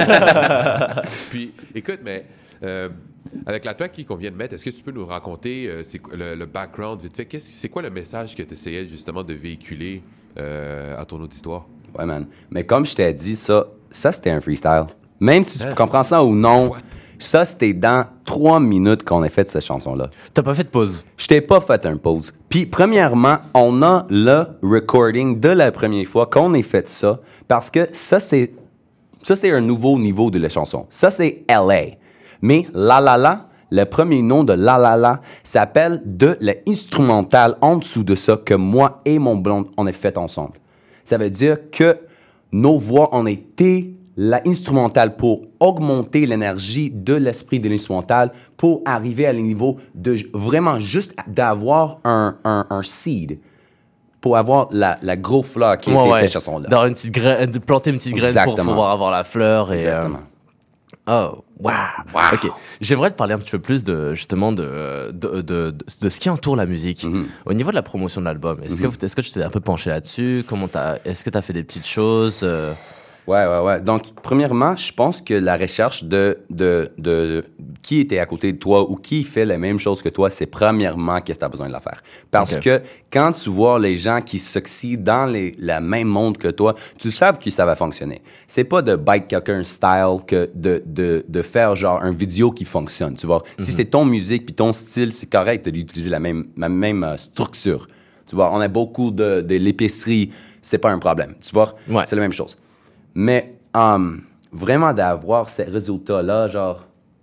Puis, écoute, mais euh, avec la track qu'on vient de mettre, est-ce que tu peux nous raconter euh, c'est, le, le background vite fait? Qu'est-ce, c'est quoi le message que tu essayais justement de véhiculer euh, à ton auditoire? Ouais, man. Mais comme je t'ai dit, ça, ça c'était un freestyle. Même si tu comprends ça ou non, What? ça, c'était dans trois minutes qu'on a fait cette chanson-là. T'as pas fait de pause? Je t'ai pas fait un pause. Puis, premièrement, on a le recording de la première fois qu'on ait fait ça, parce que ça, c'est ça, c'est un nouveau niveau de la chanson. Ça, c'est L A. Mais La La La, le premier nom de La La La s'appelle de l'instrumental en dessous de ça que moi et mon blonde, on a fait ensemble. Ça veut dire que nos voix ont été l'instrumental pour augmenter l'énergie de l'esprit de l'instrumental pour arriver à le niveau de vraiment juste d'avoir un, un, un seed, pour avoir la, la grosse fleur qui Ouais, était ouais. cette chanson-là. D'avoir une petite graine, de planter une petite graine pour Exactement. pouvoir avoir la fleur. Et, Exactement. euh, Oh, wow. wow. Ok. J'aimerais te parler un petit peu plus de justement de de, de, de, de ce qui entoure la musique. Mm-hmm. Au niveau de la promotion de l'album, est-ce Mm-hmm. que est-ce que tu t'es un peu penché là-dessus? Comment t'as, est-ce que tu as fait des petites choses? euh... Ouais, ouais, ouais. Donc, premièrement, je pense que la recherche de, de, de qui était à côté de toi ou qui fait la même chose que toi, c'est premièrement qu'est-ce que tu as besoin de la faire. Parce Okay. que quand tu vois les gens qui succeedent dans les, la même monde que toi, tu sais que ça va fonctionner. C'est pas de bite quelqu'un style que de, de, de faire genre un vidéo qui fonctionne, tu vois. Mm-hmm. Si c'est ton musique puis ton style, c'est correct d'utiliser la même, la même euh, structure. Tu vois, on a beaucoup de, de l'épicerie, c'est pas un problème, tu vois. Ouais. C'est la même chose. Mais um, vraiment d'avoir ces résultats-là, genre,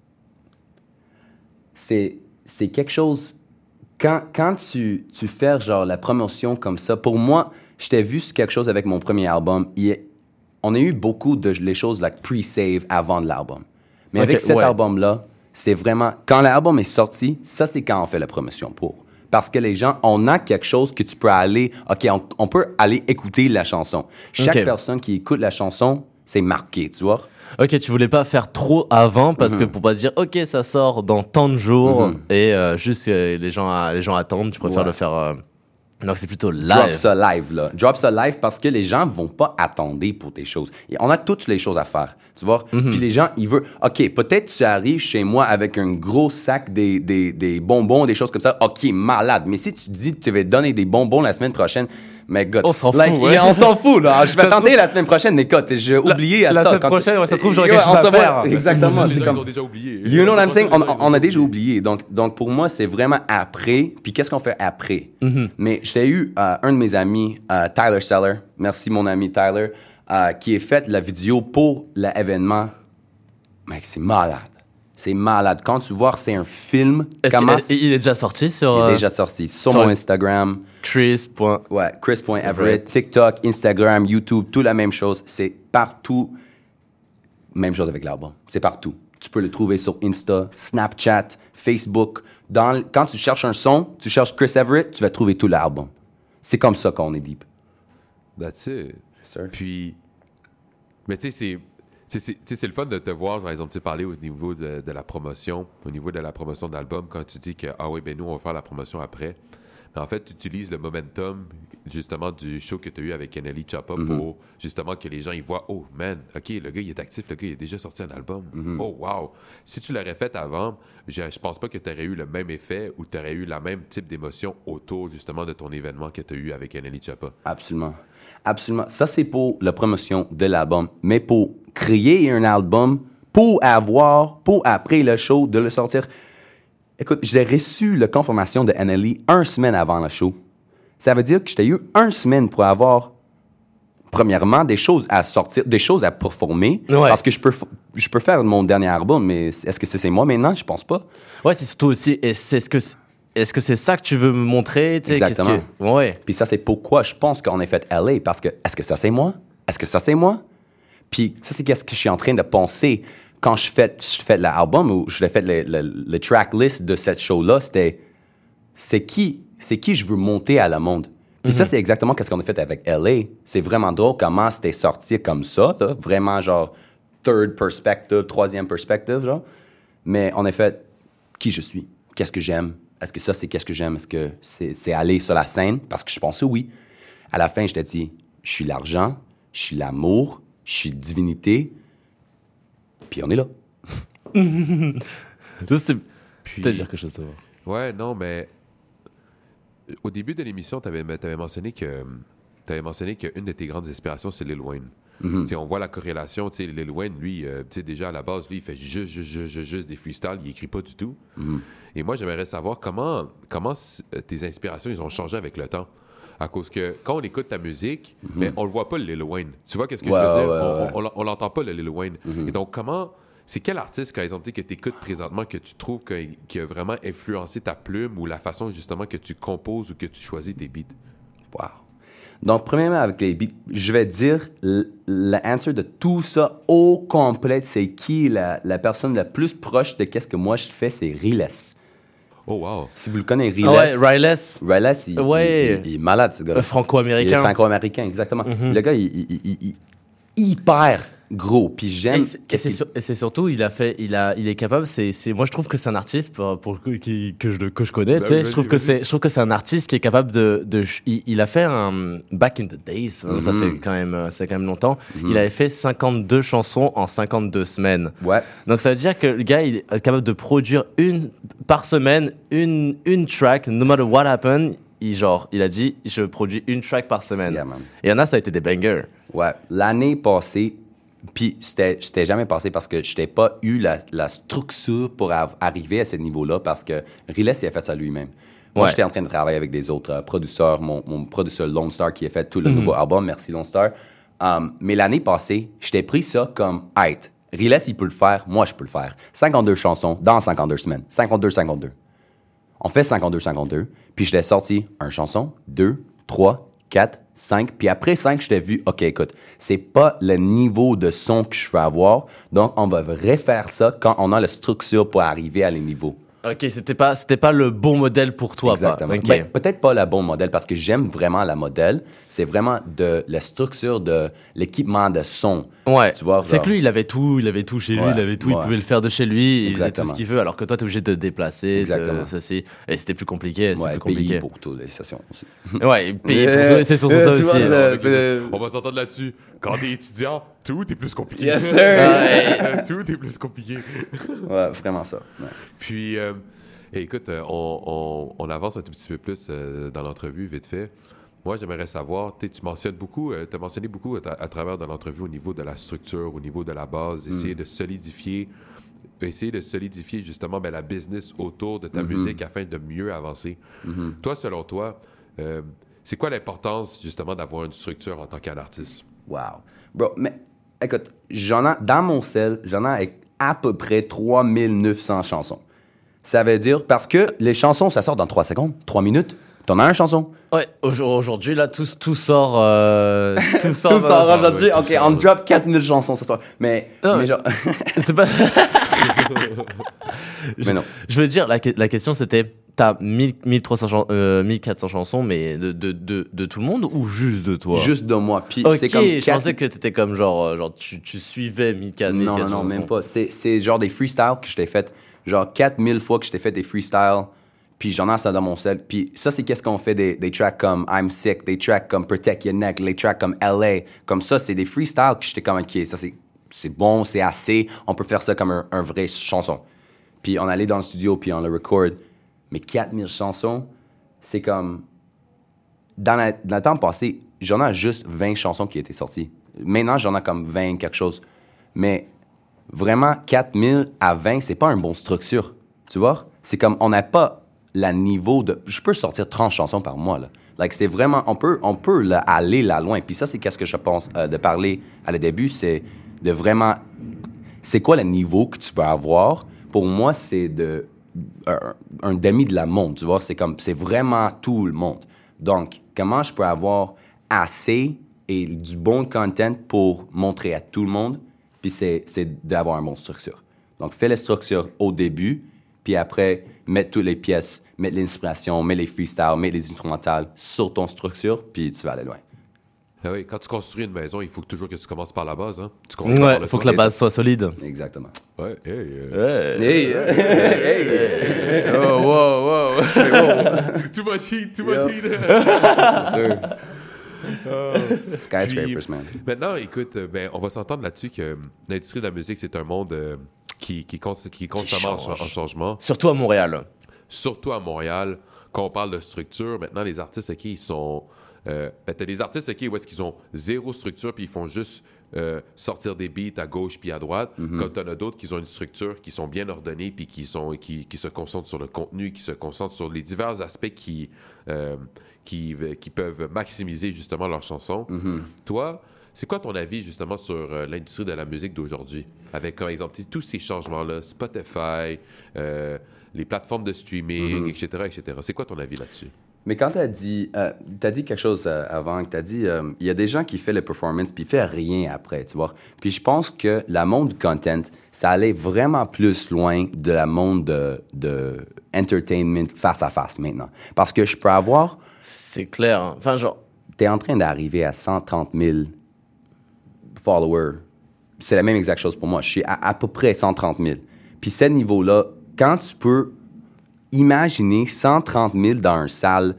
c'est, c'est quelque chose... Quand, quand tu, tu fais genre la promotion comme ça, pour moi, je t'ai vu quelque chose avec mon premier album. Il est, on a eu beaucoup de les choses like pre-save avant de l'album. Mais Okay, avec cet ouais. album-là, c'est vraiment... Quand l'album est sorti, ça, c'est quand on fait la promotion pour. Parce que les gens, on a quelque chose que tu peux aller... OK, on, on peut aller écouter la chanson. Chaque Okay. personne qui écoute la chanson, c'est marqué, tu vois? Ok, tu voulais pas faire trop avant parce Mm-hmm. que pour pas se dire ok ça sort dans tant de jours Mm-hmm. et euh, juste euh, les gens les gens attendent, tu préfères Ouais. le faire. Euh... Donc c'est plutôt live. Drop ça live, là. Drop ça live parce que les gens vont pas attendre pour tes choses. Et on a toutes les choses à faire, tu vois? Mm-hmm. Puis les gens, ils veulent... OK, peut-être tu arrives chez moi avec un gros sac des, des, des bonbons, des choses comme ça. OK, malade. Mais si tu dis que tu vas donner des bonbons la semaine prochaine, mais God, On s'en like, fout, ouais. On s'en fout, là. Je vais Ça se tenter trouve- la semaine prochaine, écoute. J'ai oublié à la ça. semaine quand tu- prochaine, ouais, ça se trouve, j'aurais Ouais, quelque on chose à s'en va- faire. Exactement. Les C'est gens, comme... ils ont déjà oublié. You know what I'm saying? On, on- on a déjà oublié. Donc, donc pour moi, c'est vraiment après. Puis qu'est-ce qu'on fait après? Mm-hmm. Mais j'ai eu euh, un de mes amis, euh, Tyler Seller. Merci, mon ami Tyler, euh, qui a fait la vidéo pour l'événement. Mec, c'est malade. C'est malade. Quand tu vois, c'est un film. Est-ce Comment qu'il est, il est déjà sorti sur il est euh, déjà sorti sur, sur mon le- Instagram. Chris. Ouais, Chris.Everett, TikTok, Instagram, YouTube, tout la même chose. C'est partout. Même chose avec l'album. C'est partout. Tu peux le trouver sur Insta, Snapchat, Facebook. Dans, l- quand tu cherches un son, tu cherches Chris Everett, tu vas trouver tout l'album. C'est comme ça qu'on est deep. That's it. Sir. Puis, mais tu sais, c'est... tu sais, C'est, tu sais, c'est le fun de te voir, par exemple, tu sais, parler au niveau de, de la promotion, au niveau de la promotion d'album, quand tu dis que, ah oui, ben nous, on va faire la promotion après. Mais en fait, tu utilises le momentum justement du show que tu as eu avec Kennedy Choppa Mm-hmm. pour justement que les gens ils voient, oh man, ok, le gars il est actif, le gars il a déjà sorti un album. Mm-hmm. Oh wow. Si tu l'aurais fait avant, je, je pense pas que tu aurais eu le même effet ou tu aurais eu la même type d'émotion autour justement de ton événement que tu as eu avec Kennedy Choppa. Absolument. Absolument. Ça, c'est pour la promotion de l'album. Mais pour créer un album, pour avoir, pour après le show, de le sortir. Écoute, j'ai reçu la confirmation de N L E une semaine avant le show. Ça veut dire que j'ai eu une semaine pour avoir, premièrement, des choses à sortir, des choses à performer. Ouais. Parce que je peux, f- je peux faire mon dernier album, mais est-ce que c'est, c'est moi maintenant? Je pense pas. Ouais, c'est surtout aussi, et c'est ce que c'est- est-ce que c'est ça que tu veux me montrer? tu sais, qu'est-ce Exactement. que- Ouais. Puis ça, c'est pourquoi je pense qu'on a fait L A, parce que est-ce que ça, c'est moi? Est-ce que ça, c'est moi? Puis ça, c'est qu'est-ce que je suis en train de penser quand je fais, je fais l'album ou je fais le, le, le track list de cette show-là, c'était c'est qui, c'est qui je veux monter à le monde. Puis ça, c'est exactement ce qu'on a fait avec L A. C'est vraiment drôle comment c'était sorti comme ça, là, vraiment genre third perspective, troisième perspective, genre. Mais on a fait qui je suis, qu'est-ce que j'aime. Est-ce que ça, c'est qu'est-ce que j'aime? Est-ce que c'est, c'est aller sur la scène? Parce que je pensais oui. À la fin, je t'ai dit, je suis l'argent, je suis l'amour, je suis divinité. Puis on est là. Ça, c'est Puis- peut-être dire quelque chose de Ouais, non, mais au début de l'émission, tu avais mentionné que tu avais mentionné qu'une de tes grandes inspirations, c'est Lil Wayne. Tu sais, on voit la corrélation. tu sais, Lil Wayne, lui, euh, tu sais, déjà à la base, lui, il fait juste, juste, juste, juste, juste des freestyles, il écrit pas du tout. Et moi, j'aimerais savoir comment, comment c- euh, tes inspirations, ils ont changé avec le temps. À cause que quand on écoute ta musique, mais on le voit pas, le Lil Wayne. Tu vois qu'est-ce que Ouais, je veux dire? ouais, on, ouais. on, on, on l'entend pas, le Lil Wayne. Et donc, comment... C'est quel artiste, par exemple, tu sais, que tu écoutes présentement que tu trouves que- qui a vraiment influencé ta plume ou la façon, justement, que tu composes ou que tu choisis tes beats? Wow. Donc, premièrement, avec les beats, je vais dire l'answer de tout ça au complet, c'est qui la, la personne la plus proche de qu'est-ce que moi je fais, c'est Riles. Oh, wow. Si vous le connaissez, Riles. Ah ouais, Riles. Riles, il, Ouais. il- il- il est malade, ce gars-là. Le franco-américain. Il est franco-américain, exactement. Le gars, il, il- il- il- hyper gros, puis j'aime... Et c'est, et qu'est-ce c'est qu'il- sur- et c'est surtout, il a fait, il a, il est capable. C'est, c'est, moi, je trouve que c'est un artiste pour, pour le coup qui, que je, le- que je connais. Bah tu sais, oui, je trouve vas-y, que vas-y. c'est, je trouve que c'est un artiste qui est capable de, de il, il a fait un back in the days. hein, Ça Mhm. fait quand même, euh, c'est quand même longtemps. Il avait fait cinquante-deux chansons en cinquante-deux semaines. Ouais. Donc ça veut dire que le gars, il est capable de produire une par semaine, une, une track, no matter what happen. Il, genre, il a dit, je produis une track par semaine. Yeah, man. Et il y en a, ça a été des bangers. Ouais, l'année passée, puis c'était c'était jamais passé parce que je n'ai pas eu la, la structure pour av- arriver à ce niveau-là parce que Riles, il a fait ça lui-même. Moi, Ouais. j'étais en train de travailler avec des autres euh, producteurs, mon, mon producteur Lone Star qui a fait tout le Mhm. nouveau album, merci Lone Star. Um, mais l'année passée, je t'ai pris ça comme « Hey, Riles, il peut le faire, moi, je peux le faire. » cinquante-deux chansons dans cinquante-deux semaines. cinquante-deux cinquante-deux. On fait cinquante-deux cinquante-deux, puis je l'ai sorti un chanson, deux, trois, quatre, cinq, puis après cinq, je t'ai vu, OK, écoute, c'est pas le niveau de son que je veux avoir, donc on va refaire ça quand on a la structure pour arriver à les niveaux. Ok, c'était pas, c'était pas le bon modèle pour toi. Exactement. Pas. Ok. Ben, peut-être pas le bon modèle, parce que j'aime vraiment la modèle, c'est vraiment de la structure de l'équipement de son. Ouais. Tu vois, c'est genre- que lui, il avait tout, il avait tout chez lui, Ouais, il avait tout, il ouais. pouvait le faire de chez lui, il faisait tout Exactement. ce qu'il veut, alors que toi, t'es obligé de te déplacer, Exactement. de ceci, et c'était plus compliqué, c'est Ouais, plus payer compliqué. pour toutes les sessions aussi. Ouais, payer pour tout, c'est surtout ça tu aussi. vois, Ouais. ça, c'est- On va s'entendre là-dessus. Quand t'es étudiant, tout est plus compliqué. Yes, sir. Ouais. Tout est plus compliqué. Ouais, vraiment ça. Ouais. Puis, euh, et écoute, euh, on, on- on avance un tout petit peu plus euh, dans l'entrevue, vite fait. Moi, j'aimerais savoir, tu sais, tu mentionnes beaucoup, tu as mentionné beaucoup à, à travers de l'entrevue au niveau de la structure, au niveau de la base, essayer de solidifier, essayer de solidifier justement ben, la business autour de ta musique afin de mieux avancer. Toi, selon toi, euh, c'est quoi l'importance justement d'avoir une structure en tant qu'artiste? Wow. Bro, mais écoute, j'en ai, dans mon cell, j'en ai avec à peu près trois mille neuf cents chansons. Ça veut dire, parce que les chansons, ça sort dans trois secondes, trois minutes. T'en as une chanson. Ouais, au- aujourd'hui, là, tout, tout sort. euh, tout sort, Tout sort euh, aujourd'hui. ouais, tout OK, sort, on ouais. drop quatre mille chansons ce soir. Mais, Non, mais mais- genre... C'est pas. mais non. Je veux dire, la, que- la question c'était, t'as mille, mille trois cents chan- euh, mille quatre cents chansons, mais de, de, de, de tout le monde ou juste de toi? Juste de moi. Puis Ok, c'est comme je quatre- pensais que t'étais comme genre, euh, genre tu, tu suivais mille quatre cents. Non, non, non, même pas. C'est, c'est genre des freestyles que je t'ai fait. Genre quatre mille fois que je t'ai fait des freestyles. Puis j'en ai ça dans mon sel. Puis ça, c'est qu'est-ce qu'on fait des, des tracks comme I'm Sick, des tracks comme Protect Your Neck, les tracks comme L A. Comme ça, c'est des freestyles que j'étais comme, OK, ça c'est, c'est bon, c'est assez. On peut faire ça comme un, un vrai chanson. Puis on allait dans le studio, puis on le record. Mais quatre mille chansons, c'est comme... Dans, la, dans le temps passé, j'en ai juste vingt chansons qui étaient sorties. Maintenant, j'en ai comme vingt quelque chose. Mais vraiment, quatre mille à vingt, c'est pas une bonne structure. Tu vois? C'est comme, on n'a pas le niveau de... Je peux sortir trente chansons par mois, là. Like, c'est vraiment... On peut, on peut là, aller là loin. Puis ça, c'est qu'est-ce que je pense euh, de parler à le début, c'est de vraiment... C'est quoi le niveau que tu veux avoir? Pour moi, c'est de... Un, un demi de la monde, tu vois? C'est comme... C'est vraiment tout le monde. Donc, comment je peux avoir assez et du bon content pour montrer à tout le monde? Puis c'est, c'est d'avoir une bonne structure. Donc, fais la structure au début, puis après, mettre toutes les pièces, mettre l'inspiration, mettre les freestyles, mettre les instrumentales sur ton structure, puis tu vas aller loin. Ah oui, quand tu construis une maison, il faut toujours que tu commences par la base. Hein? Tu ouais, il faut que la base soit solide. Exactement. Ouais, hey, euh... hey, hey, hey, hey, hey. Oh, wow, wow. Hey, wow. Too much heat, too much heat. Yes, sir. Oh. Skyscrapers, man. Maintenant, écoute, ben, on va s'entendre là-dessus que l'industrie de la musique, c'est un monde euh, qui, qui, cons- qui est constamment en, en changement. Surtout à Montréal. Surtout à Montréal. Quand on parle de structure, maintenant, les artistes, OK, ils sont... Euh, ben, t'as des artistes, OK, où est-ce qu'ils ont zéro structure, puis ils font juste euh, sortir des beats à gauche puis à droite. Mm-hmm. Comme t'en as d'autres qui ont une structure, qui sont bien ordonnées, puis qui, sont, qui, qui se concentrent sur le contenu, qui se concentrent sur les divers aspects qui... Euh, Qui, qui peuvent maximiser justement leurs chansons. Mm-hmm. Toi, c'est quoi ton avis justement sur euh, l'industrie de la musique d'aujourd'hui? Avec, par exemple, tous ces changements-là, Spotify, euh, les plateformes de streaming, mm-hmm. et cetera, et cetera. C'est quoi ton avis là-dessus? Mais quand tu as dit, euh, t'as dit quelque chose euh, avant, tu as dit, il euh, y a des gens qui font le performance puis ils font rien après, tu vois. Puis je pense que le monde du content, ça allait vraiment plus loin de la monde de, de entertainment face à face maintenant. Parce que je peux avoir... C'est clair. Hein. Enfin, genre... T'es en train d'arriver à cent trente mille followers. C'est la même exacte chose pour moi. Je suis à à peu près cent trente mille. Puis ce niveau-là, quand tu peux imaginer cent trente mille dans une salle,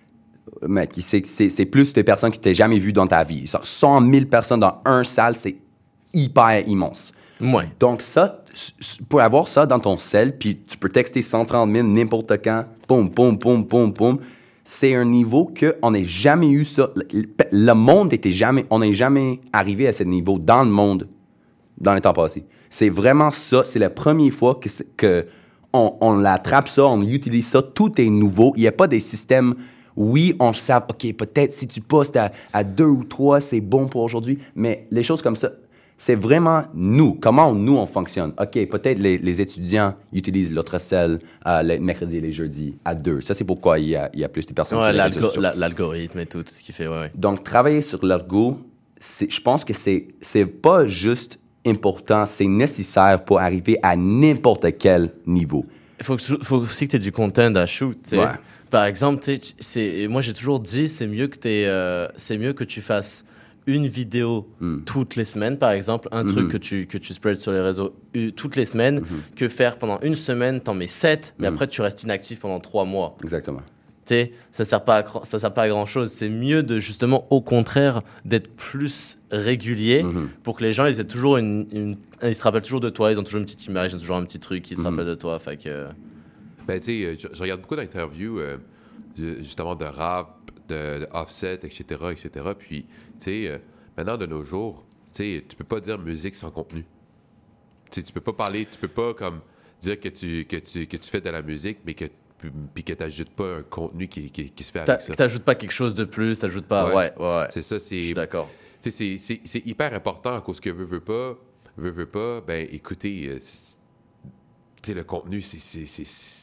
mec, c'est, c'est, c'est plus de personnes que tu n'as jamais vues dans ta vie. cent mille personnes dans une salle, c'est hyper immense. Ouais. Donc ça, pour avoir ça dans ton cell, puis tu peux texter cent trente mille n'importe quand, boum, boum, boum, boum, boum. C'est un niveau qu'on n'a jamais eu ça. Le, le monde était jamais... On n'est jamais arrivé à ce niveau dans le monde dans les temps passés. C'est vraiment ça. C'est la première fois que, que on, on l'attrape ça, on utilise ça. Tout est nouveau. Il n'y a pas des systèmes... Oui, on sait, OK, peut-être si tu postes à, à deux ou trois, c'est bon pour aujourd'hui. Mais les choses comme ça... C'est vraiment nous, comment nous, on fonctionne. OK, peut-être les, les étudiants utilisent l'autre selle euh, les mercredis et les jeudis à deux. Ça, c'est pourquoi il y a, il y a plus de personnes ouais, sur les l'algo- réseaux sociaux. la, l'algorithme et tout, tout ce qui fait, ouais, ouais. Donc, travailler sur l'algo, c'est, je pense que c'est, c'est pas juste important, c'est nécessaire pour arriver à n'importe quel niveau. Il faut, faut aussi que tu aies du content à shoot, tu sais. Ouais. Par exemple, tu sais, c'est, moi, j'ai toujours dit, c'est mieux que, t'aies, euh, c'est mieux que tu fasses une vidéo mm. toutes les semaines, par exemple, un mm-hmm. truc que tu, que tu spreads sur les réseaux euh, toutes les semaines, mm-hmm. que faire pendant une semaine, t'en mets sept, mais mm. après, tu restes inactif pendant trois mois. Exactement. Tu sais, ça sert pas à, ça sert pas à grand-chose. C'est mieux de, justement, au contraire, d'être plus régulier mm-hmm. pour que les gens, ils aient toujours une, une... Ils se rappellent toujours de toi, ils ont toujours une petite image, ils ont toujours un petit truc qui se mm-hmm. rappelle de toi, fait que... Ben, tu sais, je, je regarde beaucoup d'interviews, euh, justement, de rap, de, de Offset, et cetera, et cetera. Puis, tu sais, euh, maintenant, de nos jours, tu sais, tu peux pas dire musique sans contenu. Tu sais, tu peux pas parler, tu peux pas, comme, dire que tu, que tu, que tu fais de la musique, mais que puis que tu n'ajoutes pas un contenu qui, qui, qui se fait avec T'as, ça. Tu n'ajoutes pas quelque chose de plus, tu n'ajoutes pas... Ouais, ouais, ouais, ouais. C'est ça, c'est... Je suis d'accord. Tu sais, c'est, c'est, c'est hyper important à cause que veut, veut pas, veut, veut pas, ben, écoutez, euh, tu sais, le contenu, c'est... c'est, c'est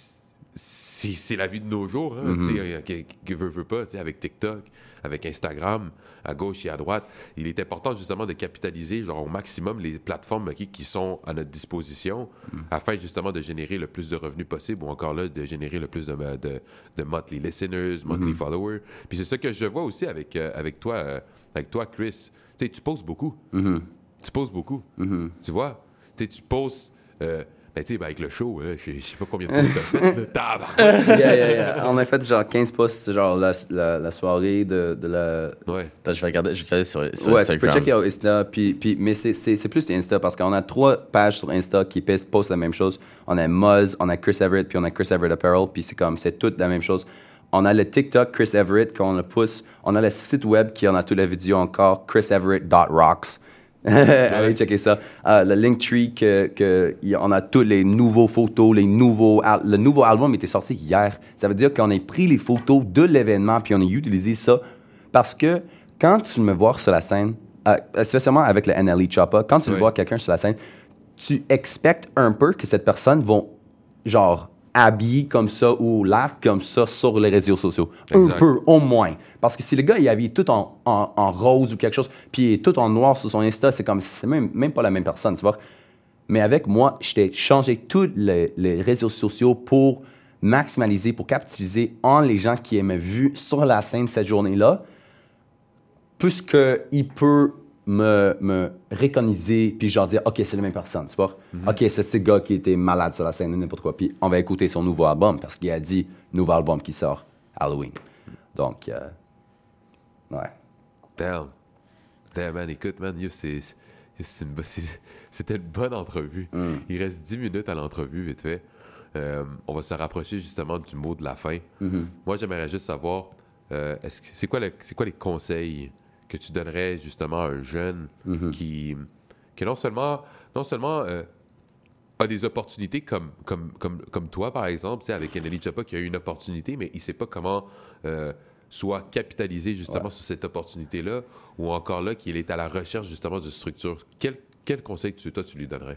C'est, c'est la vie de nos jours, hein, mm-hmm. que, que veut, veut pas, avec TikTok, avec Instagram, à gauche et à droite. Il est important justement de capitaliser genre, au maximum les plateformes okay, qui sont à notre disposition mm. afin justement de générer le plus de revenus possible ou encore là, de générer le plus de, de, de monthly listeners, monthly mm-hmm. followers. Puis c'est ça que je vois aussi avec, euh, avec, toi, euh, avec toi, Chris. Tu sais, tu poses beaucoup. Mm-hmm. Tu poses beaucoup. Mm-hmm. Tu vois? Tu sais, tu poses... Euh, Ben, tu sais, ben, avec le show, hein, je sais pas combien de posts t'as fait. De tabarnak. yeah, yeah, yeah. On a fait genre quinze posts, genre la, la, la soirée de, de la. Ouais. Attends, je vais regarder, je vais regarder sur, sur ouais, Instagram. tu peux checker au Insta. Puis, puis, mais c'est, c'est, c'est plus Insta parce qu'on a trois pages sur Insta qui postent la même chose. On a Muzz, on a Chris Everett, puis on a Chris Everett Apparel. Puis c'est comme, c'est toute la même chose. On a le TikTok Chris Everett qu'on le pousse. On a le site web qui en a toutes les vidéos encore, chris everett dot rocks. Allez checker ça. Uh, le Linktree, que, que, y, on a toutes les nouveaux photos, les nouveaux... Al- le nouveau album était sorti hier. Ça veut dire qu'on a pris les photos de l'événement puis on a utilisé ça parce que quand tu me vois sur la scène, uh, spécialement avec le N L E Choppa, quand tu ouais. vois quelqu'un sur la scène, tu expectes un peu que cette personne va, genre... habillé comme ça ou l'air comme ça sur les réseaux sociaux. Exact. Un peu, au moins. Parce que si le gars il est habillé tout en, en, en rose ou quelque chose, puis il est tout en noir sur son Insta, c'est comme c'est même, même pas la même personne, tu vois. Mais avec moi, j'étais changé tous les, les réseaux sociaux pour maximaliser, pour capitaliser en les gens qui m'ont vu sur la scène cette journée-là, puisqu'il peut me, me récogniser, puis genre dire, OK, c'est la même personne, tu vois. Mm-hmm. OK, c'est ce gars qui était malade sur la scène, ou n'importe quoi. Puis on va écouter son nouveau album, parce qu'il a dit, nouveau album qui sort, Halloween. Donc, euh, ouais. Damn. Damn, man, écoute, man, yo, c'est, c'est une, c'est, c'était une bonne entrevue. Mm. Il reste dix minutes à l'entrevue, vite fait. Euh, on va se rapprocher justement du mot de la fin. Mm-hmm. Moi, j'aimerais juste savoir, euh, est-ce que, c'est, quoi le, c'est quoi les conseils que tu donnerais justement à un jeune mm-hmm. qui, qui non seulement, non seulement euh, a des opportunités comme, comme, comme, comme toi, par exemple, avec N L E Choppa qui a eu une opportunité, mais il ne sait pas comment euh, soit capitaliser justement ouais. sur cette opportunité-là, ou encore là, qu'il est à la recherche justement d'une structure. Quel, quel conseil tu, toi, tu lui donnerais?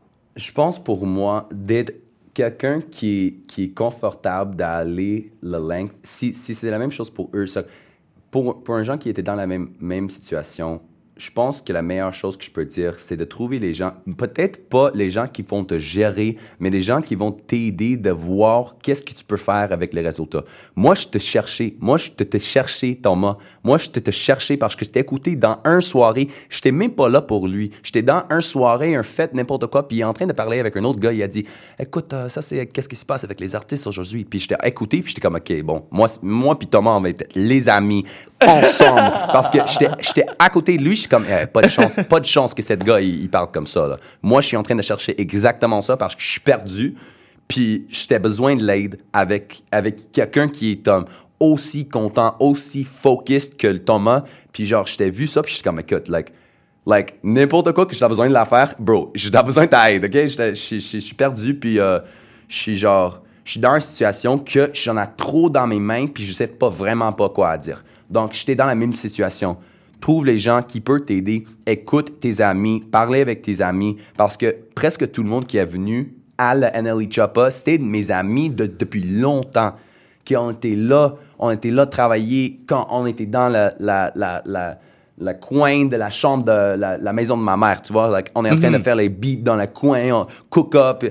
Je pense pour moi d'être quelqu'un qui est, qui est confortable d'aller le length. Si, si c'est la même chose pour eux, ça, pour, pour un gens qui étaient dans la même, même situation, je pense que la meilleure chose que je peux dire, c'est de trouver les gens, peut-être pas les gens qui vont te gérer, mais les gens qui vont t'aider de voir qu'est-ce que tu peux faire avec les résultats. Moi, je te cherchais. Moi, je te, te cherchais, Thomas. Moi, je te, te cherchais parce que je t'ai écouté dans une soirée. Je n'étais même pas là pour lui. J'étais dans une soirée, un fête, n'importe quoi, puis il est en train de parler avec un autre gars. Il a dit, écoute, euh, ça, c'est qu'est-ce qui se passe avec les artistes aujourd'hui? Puis je t'ai écouté, puis j'étais comme, OK, bon, moi, moi puis Thomas, on va être les amis ensemble. Parce que j'étais, j'étais à côté de lui, je suis comme, eh, pas de chance, pas de chance que cette gars, il, il parle comme ça, là. Moi, je suis en train de chercher exactement ça parce que je suis perdu, puis j'étais besoin de l'aide avec, avec quelqu'un qui est um, aussi content, aussi focused que le Thomas, puis genre, je t'ai vu ça, puis je suis comme, écoute, like, like, n'importe quoi que j'ai besoin de la faire, bro, j'ai besoin de ta aide, OK? Je suis perdu, puis euh, je suis genre, je suis dans une situation que j'en ai trop dans mes mains, puis je sais pas vraiment pas quoi à dire. Donc, j'étais dans la même situation. Trouve les gens qui peuvent t'aider, écoute tes amis, parlez avec tes amis, parce que presque tout le monde qui est venu à la N L E Choppa, c'était mes amis de, depuis longtemps, qui ont été là, ont été là travailler quand on était dans la, la, la, la, la coin de la chambre de la, la maison de ma mère, tu vois, like, on est en train mm-hmm. de faire les beats dans le coin, on cook up.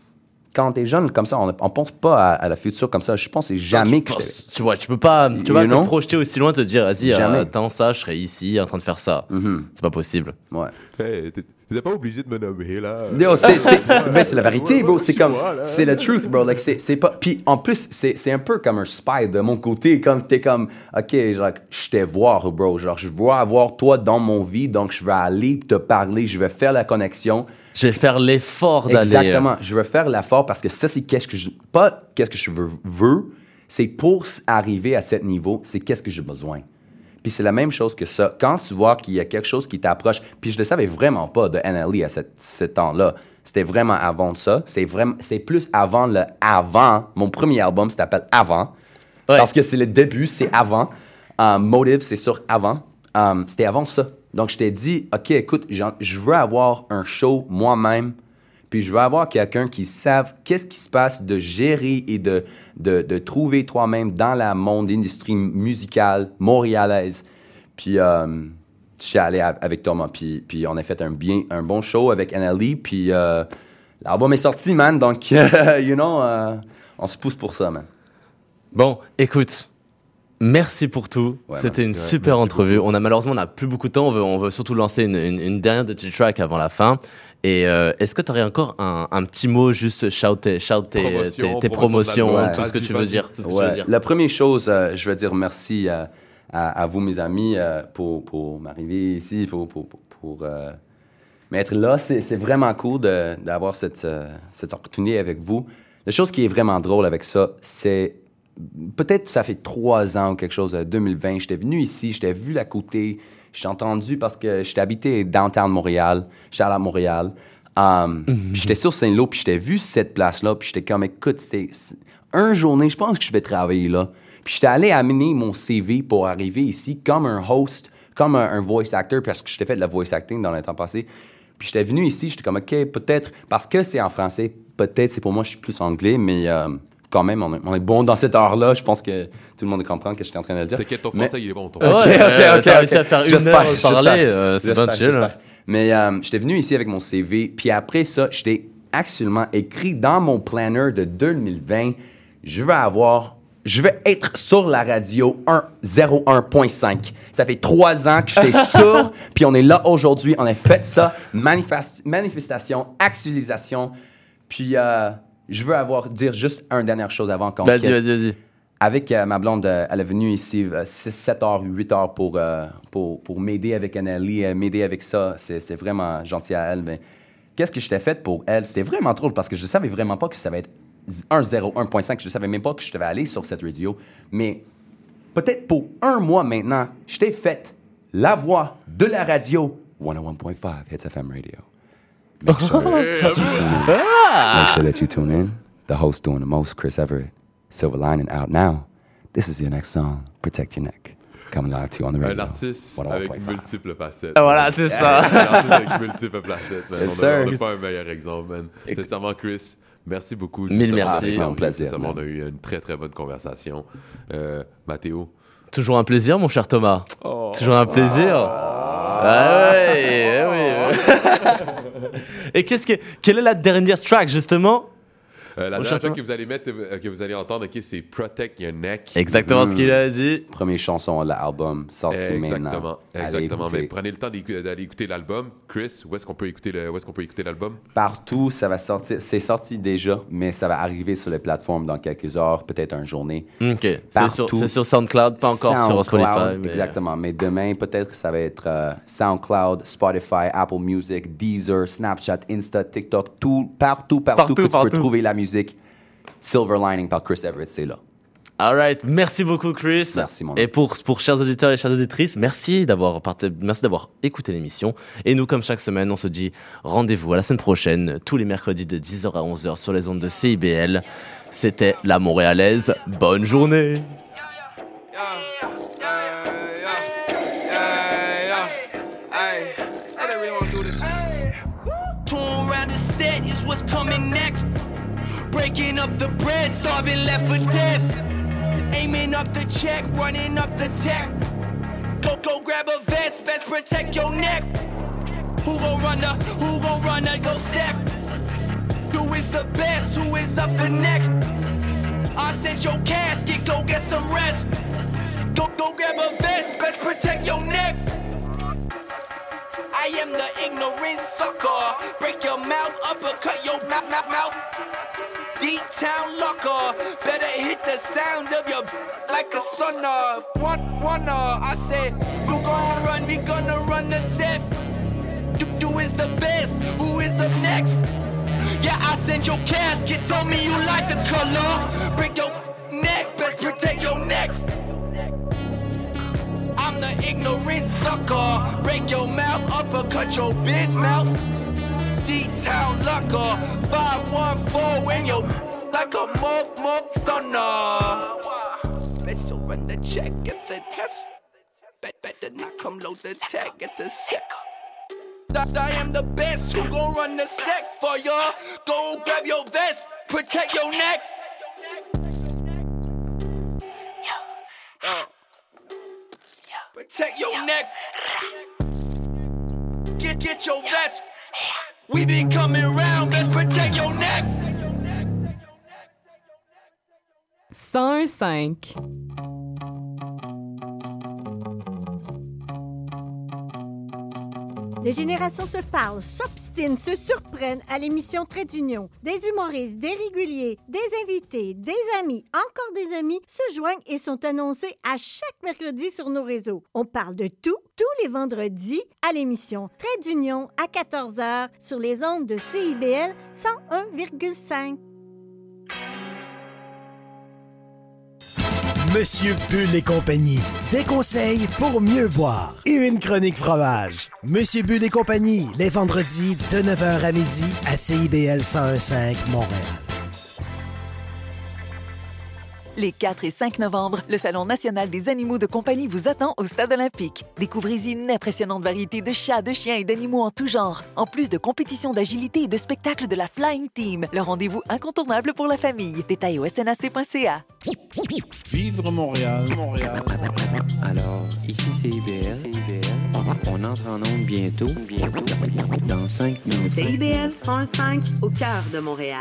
Quand t'es jeune comme ça, on, on pense pas à, à la future comme ça. Je pense que c'est jamais que pense, tu vois, tu peux pas, tu peux pas te projeter aussi loin, te dire, vas-y, euh, attends ça, je serai ici en train de faire ça. Mm-hmm. C'est pas possible. Ouais. Hey, t'es pas obligé de me nommer là. Yo, c'est, c'est, ben, c'est la vérité, bro. C'est comme, c'est la truth, bro. Like, c'est, c'est pas. Puis en plus, c'est, c'est un peu comme un spy de mon côté. Comme t'es comme, ok, genre, je t'ai voir, bro. Genre, je veux avoir toi dans mon vie, donc je vais aller te parler, je vais faire la connexion. Je vais faire l'effort d'aller. Exactement. Je vais faire l'effort parce que ça, c'est qu'est-ce que je. Pas qu'est-ce que je veux, veux c'est pour arriver à ce niveau, c'est qu'est-ce que j'ai besoin. Puis c'est la même chose que ça. Quand tu vois qu'il y a quelque chose qui t'approche, puis je ne le savais vraiment pas de N L E à cette, ce temps-là. C'était vraiment avant de ça. C'est, vraiment, c'est plus avant le avant. Mon premier album s'appelle Avant. Ouais. Parce que c'est le début, c'est avant. Um, Motive, c'est sur Avant. Um, c'était avant ça. Donc, je t'ai dit, OK, écoute, je veux avoir un show moi-même, puis je veux avoir quelqu'un qui savent qu'est-ce qui se passe de gérer et de, de, de trouver toi-même dans la monde, l'industrie musicale montréalaise. Puis, euh, je suis allé avec Thomas, puis, puis on a fait un, bien, un bon show avec N L E, puis euh, l'album est sorti, man, donc, you know, euh, on se pousse pour ça, man. Bon, écoute, Merci pour tout. Ouais, C'était une merci. super Ouais, merci entrevue. beaucoup. On a malheureusement on a plus beaucoup de temps. On veut, on veut surtout lancer une, une, une dernière de tes tracks avant la fin. Et euh, est-ce que tu aurais encore un, un petit mot, juste shout tes, shout tes, Promotion, tes, tes promotion de promotions, l'album. tout ce que Vas-y, tu veux vas-y. dire. Tout ce que tu Ouais. veux dire. La première chose, euh, je veux dire merci à, à, à vous, mes amis, euh, pour, pour m'arriver ici, pour, pour, pour, pour euh, m'être là. C'est, c'est vraiment cool de, d'avoir cette, euh, cette opportunité avec vous. La chose qui est vraiment drôle avec ça, c'est peut-être ça fait trois ans ou quelque chose, deux mille vingt, j'étais venu ici, j'étais vu à côté, j'ai entendu parce que j'étais habité downtown Montréal, j'étais à Montréal. Um, puis j'étais sur Saint-Lô, puis j'étais vu cette place-là, puis j'étais comme, écoute, c'était un journée, je pense que je vais travailler là. Puis j'étais allé amener mon C V pour arriver ici comme un host, comme un, un voice actor, parce que j'étais fait de la voice acting dans le temps passé. Puis j'étais venu ici, j'étais comme, OK, peut-être, parce que c'est en français, peut-être c'est pour moi, je suis plus anglais, mais euh, quand même, on est, on est bon dans cette heure-là. Je pense que tout le monde comprend ce que j'étais en train de le dire. T'inquiète, ton Mais- français, il est bon. Ton Ouais, français. Ok, ok, euh, ok, t'as ok. réussi à faire une J'espère, heure de parler, j'espère. euh, c'est J'espère, pas chill. j'espère. Mais euh, j'étais venu ici avec mon C V, puis après ça, j'étais actuellement écrit dans mon planner de deux mille vingt, je vais avoir, je vais être sur la radio un zéro un point cinq. Ça fait trois ans que j'étais sûr, puis on est là aujourd'hui, on a fait ça, manifest- manifestation, actualisation, puis euh, je veux avoir, dire juste une dernière chose avant qu'on Vas-y, quitte. vas-y, vas-y. Avec euh, ma blonde, euh, elle est venue ici euh, six, sept heures, huit heures pour, euh, pour, pour m'aider avec N L I, euh, m'aider avec ça. C'est, c'est vraiment gentil à elle. Mais qu'est-ce que je t'ai fait pour elle? C'était vraiment drôle parce que je ne savais vraiment pas que ça va être un zéro un point cinq. Je ne savais même pas que je devais aller sur cette radio. Mais peut-être pour un mois maintenant, je t'ai fait la voix de la radio cent un point cinq Hits F M Radio. Make sure that you tune in. Make sure that you tune in. The host doing the most, Chris Everett. Silver Lining out now. This is your next song, Protect Your Neck. Coming live to you on the radio. Un artiste cent un avec point cinq. multiples facettes. Ah, voilà, c'est ça. Un artiste avec multiples facettes. man. Yes, On sir. a- on n'a pas un meilleur exemple, man. Sincèrement, Chris, merci beaucoup. Mille justement, merci. d'être C'est un venu. plaisir, Sincèrement, on man. a eu une très, très bonne conversation. Euh, Mathéo. Toujours un plaisir, mon cher Thomas. Oh. Toujours un plaisir. Ah ouais, oui. Et qu'est-ce que, quelle est la dernière track, justement? Euh, la Mon dernière cher track Thomas. que vous allez mettre, euh, que vous allez entendre, ok, c'est Protect Your Neck. Exactement ce qu'il a dit. Première chanson de l'album, sortie maintenant. Exactement, Allez exactement. écouter. Mais prenez le temps d'écou- d'aller écouter l'album. Chris, où est-ce qu'on peut écouter le, où est-ce qu'on peut écouter l'album? Partout, ça va sortir. C'est sorti déjà, mais ça va arriver sur les plateformes dans quelques heures, peut-être une journée. Ok, c'est Partout. sur, c'est sur SoundCloud, pas encore sur SoundCloud, Spotify. mais- Exactement. Mais demain, peut-être, ça va être euh, SoundCloud, Spotify, Apple Music, Deezer, Snapchat, Insta, TikTok, tout, partout, partout, Partout, que tu partout. peux trouver la musique. Silver Lining par Chris Everett, c'est là. All right, merci beaucoup Chris. Merci, mon Et pour, pour chers auditeurs et chères auditrices, merci d'avoir, parti- merci d'avoir écouté l'émission. Et nous, comme chaque semaine, on se dit rendez-vous à la semaine prochaine, tous les mercredis de dix heures à onze heures sur les ondes de C I B L. C'était La Montréalaise. Bonne journée. Torn around the set is what's coming next. Breaking up the bread, starving left for dead. Aiming up the check, running up the tech. Go, go grab a vest, best protect your neck. Who gon' run the, who gon' run the, go Seth. Who is the best, who is up for next? I sent your casket, go get some rest. Go, go grab a vest, best protect your neck. I am the ignorant sucker. Break your mouth, uppercut your mouth, mouth, mouth. Deep town locker. Better hit the sounds of your like a sonar. One, one, uh, I said, who gon' run? We gonna run the set. You, you is the best. Who is up next? Yeah, I sent your casket. Tell me you like the color. Break your neck. Best protect your neck. I'm the ignorant sucker. Break your mouth, uppercut your big mouth. D-Town Lucker, five one four when you're like a muff, muff sonar. Let's still run the check, get the test. Bet, better not come load the tech, get the set. I, I am the best, who gon' run the sec for ya? Go grab your vest, protect your neck. Uh. Protect your neck. Get get your vest. We be coming round, best protect your neck. cent un virgule cinq Les générations se parlent, s'obstinent, se surprennent à l'émission Trait d'Union. Des humoristes, des réguliers, des invités, des amis, encore des amis se joignent et sont annoncés à chaque mercredi sur nos réseaux. On parle de tout, tous les vendredis à l'émission Trait d'Union à quatorze heures sur les ondes de C I B L cent un virgule cinq. Monsieur Bull et compagnie, des conseils pour mieux boire et une chronique fromage. Monsieur Bull et compagnie, les vendredis de neuf heures à midi à C I B L cent un virgule cinq Montréal. Les quatre et cinq novembre, le Salon national des animaux de compagnie vous attend au Stade olympique. Découvrez-y une impressionnante variété de chats, de chiens et d'animaux en tout genre. En plus de compétitions d'agilité et de spectacles de la Flying Team, le rendez-vous incontournable pour la famille. Détails au S N A C point C A. Vivre Montréal, Montréal. Alors, ici c'est I B L. C I B L. On entre en onde bientôt, bientôt, dans cinq minutes. C I B L cent un virgule cinq au cœur de Montréal.